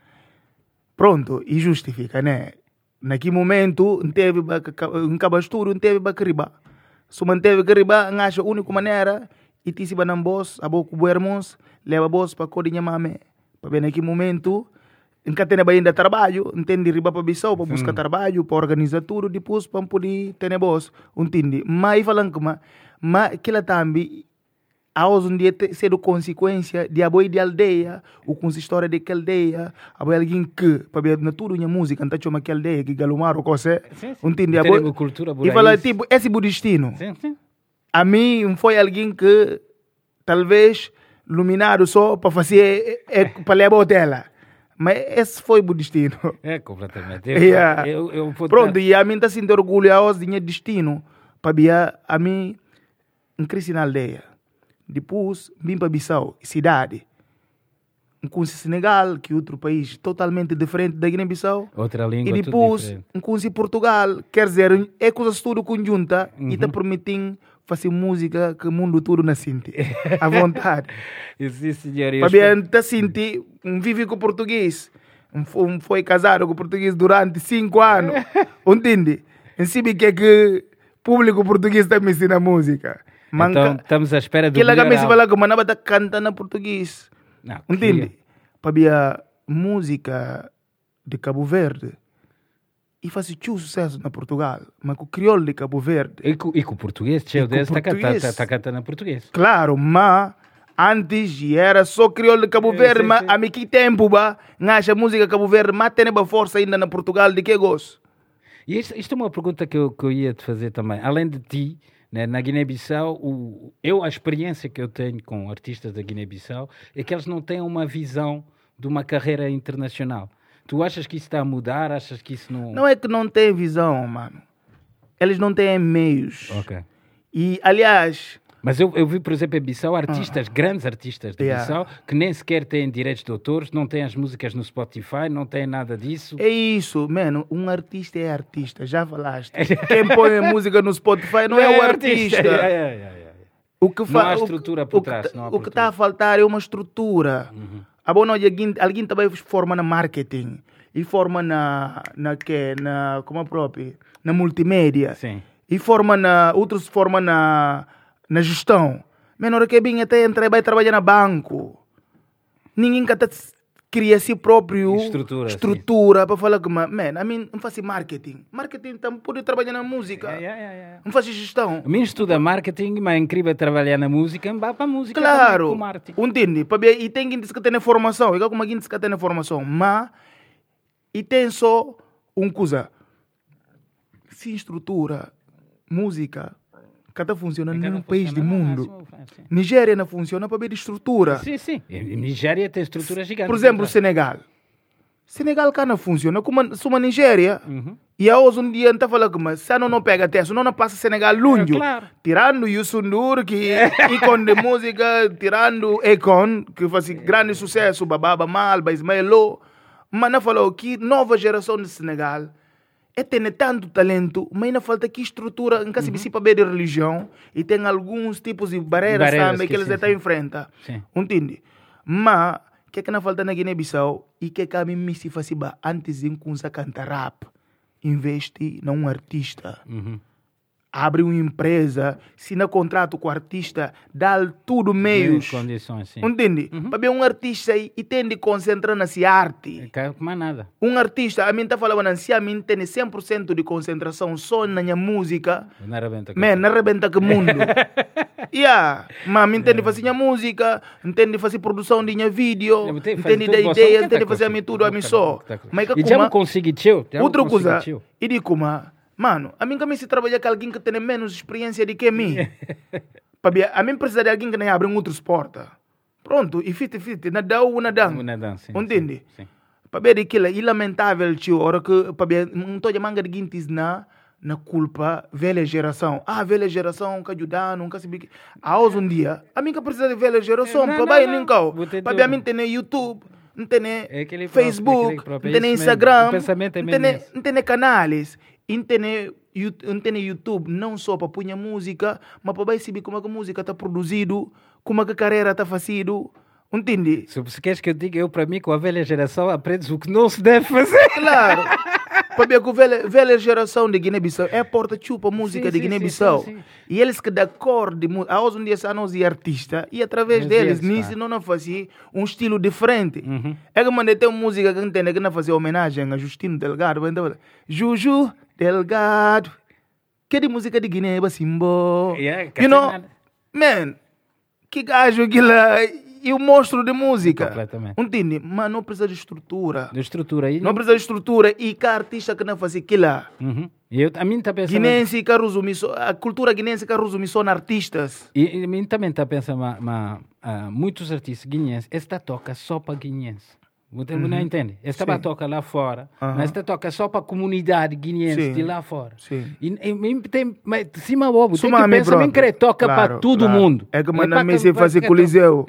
Pronto, e justifica, né? Naquele momento, não teve um cabasturo, não teve bacariba. Se manteve bacariba, acha a única maneira, e te se vai na boss, a boca com irmãos, leva a boss para a codinha mame. Para ver naquele momento, nunca tem ainda trabalho, não tem de riba para Bissau, para buscar trabalho, para organizar tudo, depois para poder ter boss. Entende? Mas falando que, mas aquilo também, há um dia ser consequência de a boi de aldeia, ou com a história de que aldeia, a boi alguém que, para ver na tudo minha música, não chama que aldeia, que galumar ou coisa, entende? A boi, cultura e fala tipo, esse é o destino. Sim, sim. A mim foi alguém que, talvez, iluminado só para fazer, é, para levar a tela. Mas esse foi o destino. É, completamente. Eu, Yeah. eu, eu vou Pronto, dar- e a mim está sendo orgulhoso de meu destino. Para ver a mim, um cresci na aldeia. Depois, vim para Bissau, cidade. Um curso Senegal, que é outro país totalmente diferente da Guiné-Bissau. Outra língua, E tudo depois, diferente. um curso Portugal. Quer dizer, é coisa tudo conjunta e Uhum. está permitindo fazer música que o mundo todo não sente. À vontade. Sim, senhor. eu Para espero- ver, está sente, um vive com português. Um fo- um foi casado com português durante cinco anos. Entende? Em cima que é que o público português está me ensinando música. Então, estamos à espera do que ela melhor me se álbum. fala que manaba está cantando em português. Não, Entende? que- Para ver a música de Cabo Verde e faz tio sucesso na Portugal, mas com o crioulo de Cabo Verde. E com, e com o português, cheio E com desse, está português. tá, tá cantando em português. Claro, mas antes era só crioulo de Cabo É, Verde, sim, mas sim. a mim que tempo, ba, acha música Cabo Verde, mas tem uma força ainda na Portugal de que gosto. E isto, isto é uma pergunta que eu, que eu ia te fazer também. Além de ti, né, na Guiné-Bissau, o- eu, a experiência que eu tenho com artistas da Guiné-Bissau é que eles não têm uma visão de uma carreira internacional. Tu achas que isso está a mudar? Achas que isso não... Não é que não tem visão, mano. Eles não têm meios. Ok. E, aliás, Mas eu, eu vi, por exemplo, em Bissau, artistas, grandes artistas de Yeah. Bissau, que nem sequer têm direitos de autores, não têm as músicas no Spotify, não têm nada disso. é isso, mano. Um artista é artista, já falaste. Quem põe a música no Spotify não, é o artista. É, é, é, é. O que Não há fa- o que- estrutura por o que trás, tá- não há O por que está a trás. faltar é uma estrutura. A bom, alguém, alguém também forma na marketing e forma na, na que na como é próprio, na multimédia. Sim. E forma na outros forma na na gestão. Menor que bem até entra e vai trabalhar na banco. Ninguém que cria si próprio Estrutura, sim. estrutura para falar que, man, a mim não faço marketing. Marketing também pode trabalhar na música. É, é, é, é. Não faço gestão. A mim estuda marketing, mas é incrível trabalhar na música, vai para a música Claro, também, com marketing. entende? Para ver, e tem quem diz que tem formação, igual como quem diz que tem formação, mas e tem só uma coisa, sem estrutura, música, que está funcionando em Cada nenhum país do funciona, mundo. ah, sim, sim. Nigéria não funciona para ver estrutura. Sim, sim. Em Nigéria tem estrutura gigante. Por exemplo, o Senegal. Senegal cá não funciona como se uma Nigéria. Uhum. E a hoje um dia não está falando que se não não pega até, se não não passa Senegal lunho. É, claro. Tirando Youssou N'Dour, que é ícone de música, tirando Akon, que faz grande sucesso, Bababa Malba, Ismaelo. Mas não falou que nova geração de Senegal é ter tanto talento, mas ainda falta que estrutura, em caso de para ver de religião, e tem alguns tipos de barreiras, Barreiras também que que eles sim, estão sim. enfrentam. Sim. Entende? Mas O que é que não falta na Guiné-Bissau? E que é que a mim se faz antes de começar a cantar rap? Investe num artista. Uhum. Abre uma empresa, assina contrato com o artista, dá-lhe tudo meios. Condições, sim. Entende? Uhum. Para ver um artista e, e tem de concentrar nessa arte. Cai com mais nada. Um artista, a mim está falando, se a mim tem cem por cento de concentração só na minha música, Não arrebenta com man, não arrebenta com o mundo. Yeah. Mas a mim tem de fazer minha música, tem de fazer produção de minha vídeo, Eu tenho de tem de fazer dar tudo, ideias, você tem de não fazer a tá mim tudo a mim só. tá Mas que E já como- me consegui teu. já me Outra consegui coisa, teu. e digo como, mano, a mim também se trabalha com alguém que tem menos experiência do que mim. Para a mim precisa de alguém que nem abre um outro esporte. Pronto, e fite fite, nada ou nada. Nada, sim, Entende? sim, sim. Para ver aquilo é lamentável, tio, hora que para ver não estou de manga de guintes na na culpa velha geração. Ah, velha geração que ajudar, nunca se bique. A hoje um dia, a mim que precisa de velha geração, Não, para não, vai não. nem cá. Vou ter Para ver a tudo. mim tem no YouTube, não tem É aquele próprio, Facebook, aquele próprio, não é tem isso mesmo. Instagram, O pensamento é não mesmo tem esse. não tem canais, não tem não tem YouTube, não só para pôr música, mas para saber como é que a música está produzido, como é que a carreira está fazido. Entende? Se você queres que eu diga, eu para mim, com a velha geração, aprendes o que não se deve fazer. Claro. Para ver que a velha, velha geração de Guiné-Bissau é porta-chupa a música Sim, de sim, Guiné-Bissau. sim, sim, sim. E eles que da cor de música, a hoje um dia são nós e artistas, e através Mas deles, eles, nisso pá. não não fazia um estilo diferente. Uhum. É que mandei ter uma música que não tem, que não fazia homenagem a Justino Delgado. Então, Juju Delgado, que de música de Guiné, Simbo. Yeah, you know, nada. man, que gajo que lá, e o monstro de música. Completamente. Entende? Mas não precisa de estrutura. Da estrutura aí. Não precisa de estrutura e que artista que não faz aquilo lá. Uhum. E eu, a mim está pensando... Guinense que resume só, a cultura guinense que resume só na artistas. E, e a mim também está pensando, ma, ma, ah, muitos artistas guineenses, esta toca só para guineenses. Você Uhum. não entende? Esta Sim. toca lá fora, Aham. mas esta toca só para a comunidade guineense Sim. de lá fora. Sim. E, e, e tem, mas de cima ao ovo, tem Suma que a mim pensar bem pronto. que toca Claro, para todo claro. mundo. É que Não manda para me que- se para fazer que- coliseu.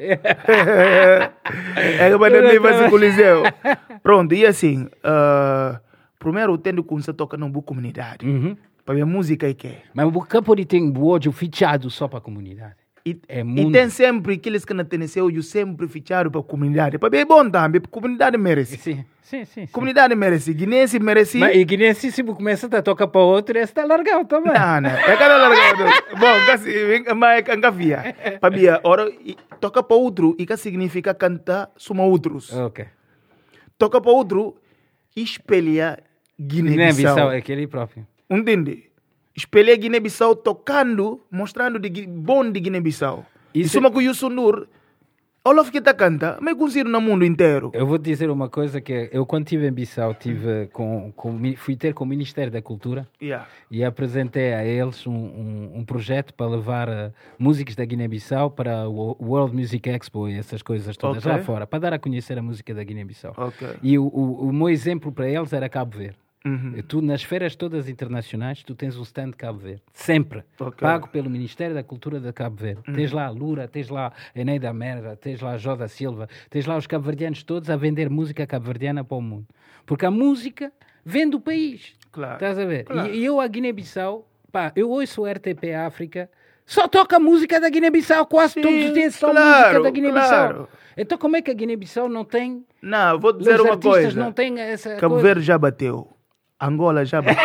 É que manda me fazer coliseu. Pronto, e assim, ah, primeiro tendo que você toca numa boa comunidade. Uhum. Para ver a música aí que é. Mas o campo de tem o ódio fichado só para a comunidade. E, É e mundo. tem sempre aqueles que não têm seu olho sempre ficharam para a comunidade. Para ver bom também, a comunidade merece. Sim, sim, sim. A sim. comunidade merece. Guinense merece. Mas e guineense, se começa a tocar para outro, esse está largado também. Não, não. É cada largado. Bom, casi, mas é cangavia. Para mim, ora, e- toca para outro e que significa cantar suma outros. Ok. Toca para outro, espelha Guiné-Bissau Guiné-Bissau. é aquele próprio. Entende? Espelha Guiné-Bissau tocando, mostrando de Gui- bom de Guiné-Bissau. Isso Isso é uma coisa que o Sundur, Olof que está canta, mas conhecido no mundo inteiro. Eu vou te dizer uma coisa que eu quando estive em Bissau tive com, com, fui ter com o Ministério da Cultura Yeah. e apresentei a eles um, um, um projeto para levar uh, músicos da Guiné-Bissau para o World Music Expo e essas coisas todas Ok. lá fora, para dar a conhecer a música da Guiné-Bissau. Ok. E o, o, o meu exemplo para eles era Cabo Verde. Uhum. Tu, nas feiras todas internacionais, tu tens um stand de Cabo Verde. Sempre. Ok. Pago pelo Ministério da Cultura de Cabo Verde. Tens lá a Lura, tens lá a Eneida Merda, tens lá a Joda Silva, tens lá os cabo-verdianos todos a vender música cabo-verdiana para o mundo. Porque a música vem do país. Claro. Estás a ver? Claro. E, e eu, a Guiné-Bissau, pá, eu ouço o R T P África, só toca música da Guiné-Bissau, quase Sim, todos os dias só claro, música da Guiné-Bissau. claro. Então como é que a Guiné-Bissau não tem... Não, vou dizer os uma artistas coisa. não têm essa Cabo coisa? Verde já bateu. Angola já bateu.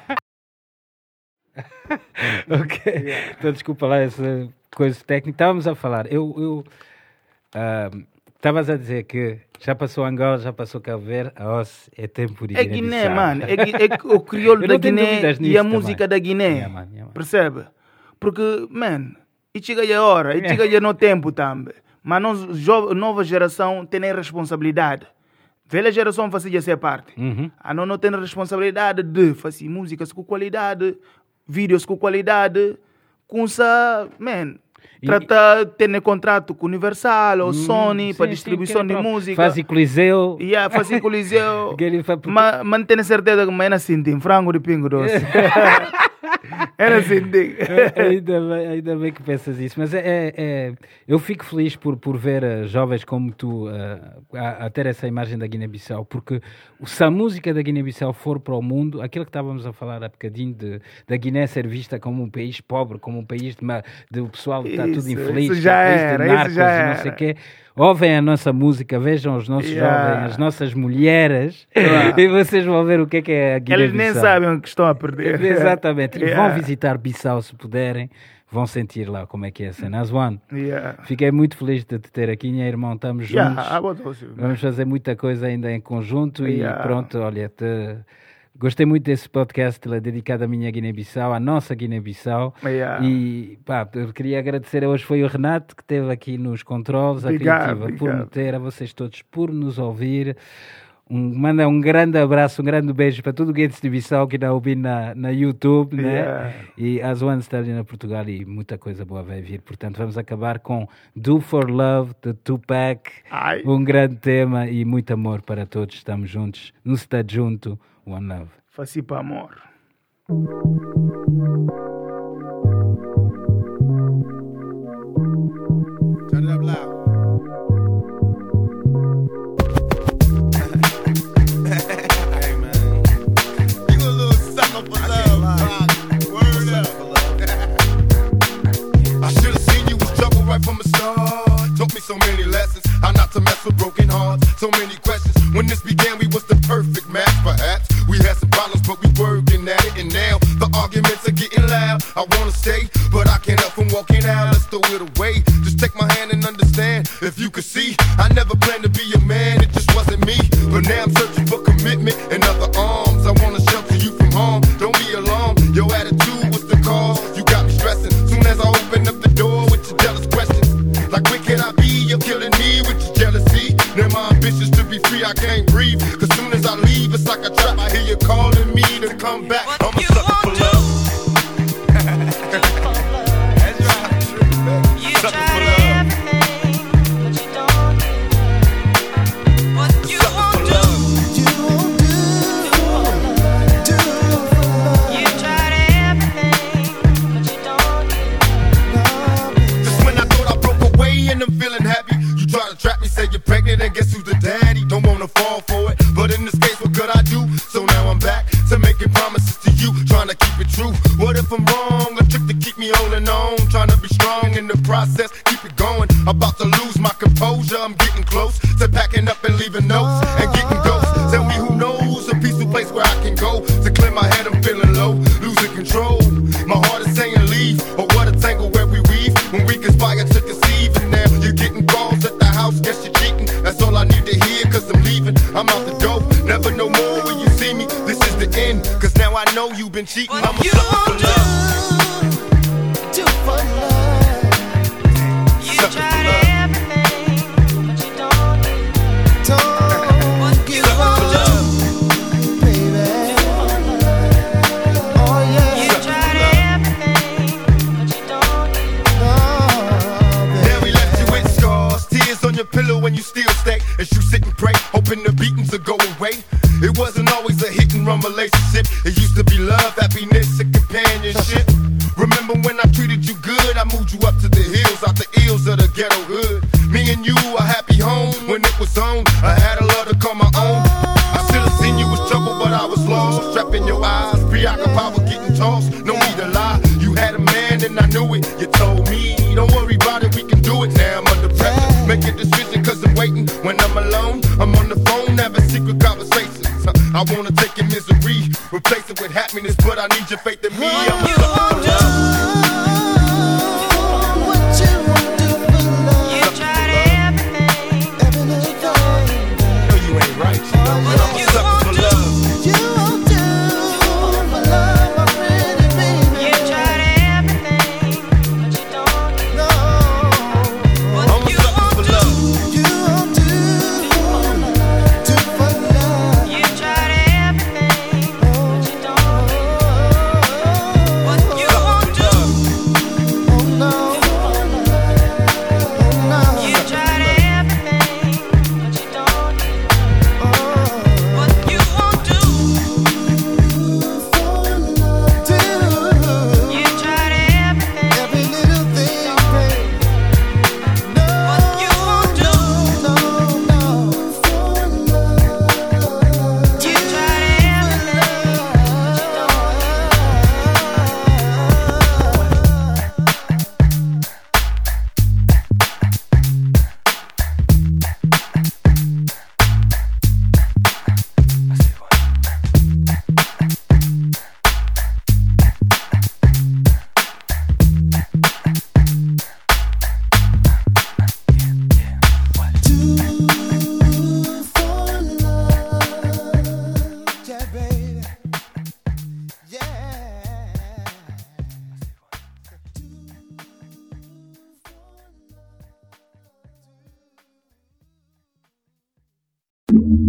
Ok. Então, desculpa lá essa coisa técnica. Estávamos a falar. Eu. eu Estavas a dizer que já passou Angola, já passou Cabo Verde, a Osse é tempo de É Guiné, Guiné-Bissau. mano. É, Gui- é o crioulo Eu da não tenho Guiné dúvidas e nisso a também. música da Guiné. Yeah, man, yeah, man. Percebe? Porque, man, e chega aí a hora, e chega aí no tempo também. Mas nós, jo- nova geração, tem responsabilidade. Velha geração fazia essa parte. Uhum. A nós não tem responsabilidade de fazer músicas com qualidade, vídeos com qualidade, com essa, man, E- tratar de ter contrato com Universal ou Hum, Sony sim, para sim, distribuição que de é próprio. música. Faz Coliseu. E yeah, fazer coliseu. Que ele faz- Mas man, tenho certeza que amanhã sim tem frango de pingo doce. Era assim, digo. ainda, bem, ainda bem que pensas isso. Mas é, é, é, eu fico feliz por, por ver uh, jovens como tu uh, a, a ter essa imagem da Guiné-Bissau, porque se a música da Guiné-Bissau for para o mundo, aquilo que estávamos a falar há bocadinho de, da Guiné ser vista como um país pobre, como um país de, de o pessoal está tudo infeliz, isso já um país era, de narcos isso já e não sei o quê. Ouvem a nossa música, vejam os nossos Yeah. jovens, as nossas mulheres, Yeah. e vocês vão ver o que é que é a Guiné-Bissau. Eles nem sabem o que estão a perder. Exatamente. E Yeah. vão visitar Bissau se puderem, vão sentir lá como é que é a cena. Aswan, Yeah. fiquei muito feliz de te ter aqui, meu irmão, estamos juntos. Yeah, I was also- Vamos fazer muita coisa ainda em conjunto Yeah. e pronto, olha, te... gostei muito desse podcast dedicado à minha Guiné-Bissau, à nossa Guiné-Bissau. Yeah. E pá, eu queria agradecer, hoje foi o Renato que esteve aqui nos controles, a Obrigado, Criativa por obrigado. me ter, a vocês todos por nos ouvir. Um, manda um grande abraço, um grande beijo para todo o Guedes de Bissau que está ouvindo na, na YouTube, né? Yeah. E a Zoan está ali na Portugal e muita coisa boa vai vir. Portanto, vamos acabar com Do For Love, de Tupac. Ai. Um grande tema e muito amor para todos. Estamos juntos, no Está Junto, One Love. Faci para amor. Turn it up loud. Hey man, you a little sucker for love, Rock. Word up. I should have seen you was trouble right from the start. Taught me so many lessons, how not to mess with broken hearts. So many questions. When this began, we was the perfect match. Perhaps we had some problems, but we working at it. And now the arguments are getting loud. I wanna stay, but I can't help from walking out. Let's throw it away. Just take my hand and understand. If you could see, I never planned to be a man. It just wasn't me. But now I'm searching for commitment and other arms. I wanna shelter you from harm. Don't be alarmed. Your attitude was the cause. You got me stressing. Soon as I open up the door with your jealous questions, like where can I be? You're killing me with your jealousy. Now my ambitions to be free, I can't breathe. Cause soon as I leave, it's like a trap. I hear you calling me to come back. I'm a sucker for love. That's right. Sucker for love. And I'm feeling happy. You try to trap me, say you're pregnant, and guess who's the daddy? Don't wanna fall for it, but in this case, what could I do? So now I'm back to making promises to you, trying to keep it true. What if I'm wrong? A trick to keep me holding on, trying to be strong in the process, keep it going. About to lose my composure, I'm getting close to packing up and leaving notes and getting ghosts. Tell me who knows a peaceful place where I can go to clear my head. I'm feeling low, losing control. My heart is saying leave, or what a tangle where we weave when we conspire to conceive. And now you're getting calls at the house, guess you're cheating. That's all I need to hear, cause I'm leaving. I'm out the door, never no more when you see me. This is the end, cause now I know you've been cheating. I'm a sucker for love. Do for love. You Sucker for tried love. everything, but you don't get Don't give Sucker for up, love. baby. Oh yeah. You Sucker for tried love. everything, but you don't get love. Now we left you with scars, tears on your pillow when you still stay. As you sit and pray, hoping the beatings will go away. It wasn't always a hit and run relationship. It used to be love, happiness, and companionship. Remember when I treated you good? I moved you up to the hills, out the ills of the ghetto hood. Me and you, a happy home when it was on. I had a love to call my own. I still have seen you was trouble, but I was lost. Trapped in your eyes, preoccupied with getting tossed. No need to lie, you had a man and I knew it. You told me, don't worry about it, we can do it. Now I'm under pressure, make a decision cause I'm waiting. When I'm alone, I'm on the phone, having secret conversations. I wanna take your misery, replace it with happiness, but I need your faith in me. I'm a sucker for love. What you want to do for love? You tried everything, every little thing. No, you ain't right, you know, but I'm a sucker for love. You won't do for love already, baby. You tried everything, but you don't get no. I'm a sucker for love. You won't do do for love. You tried everything, but you don't get Thank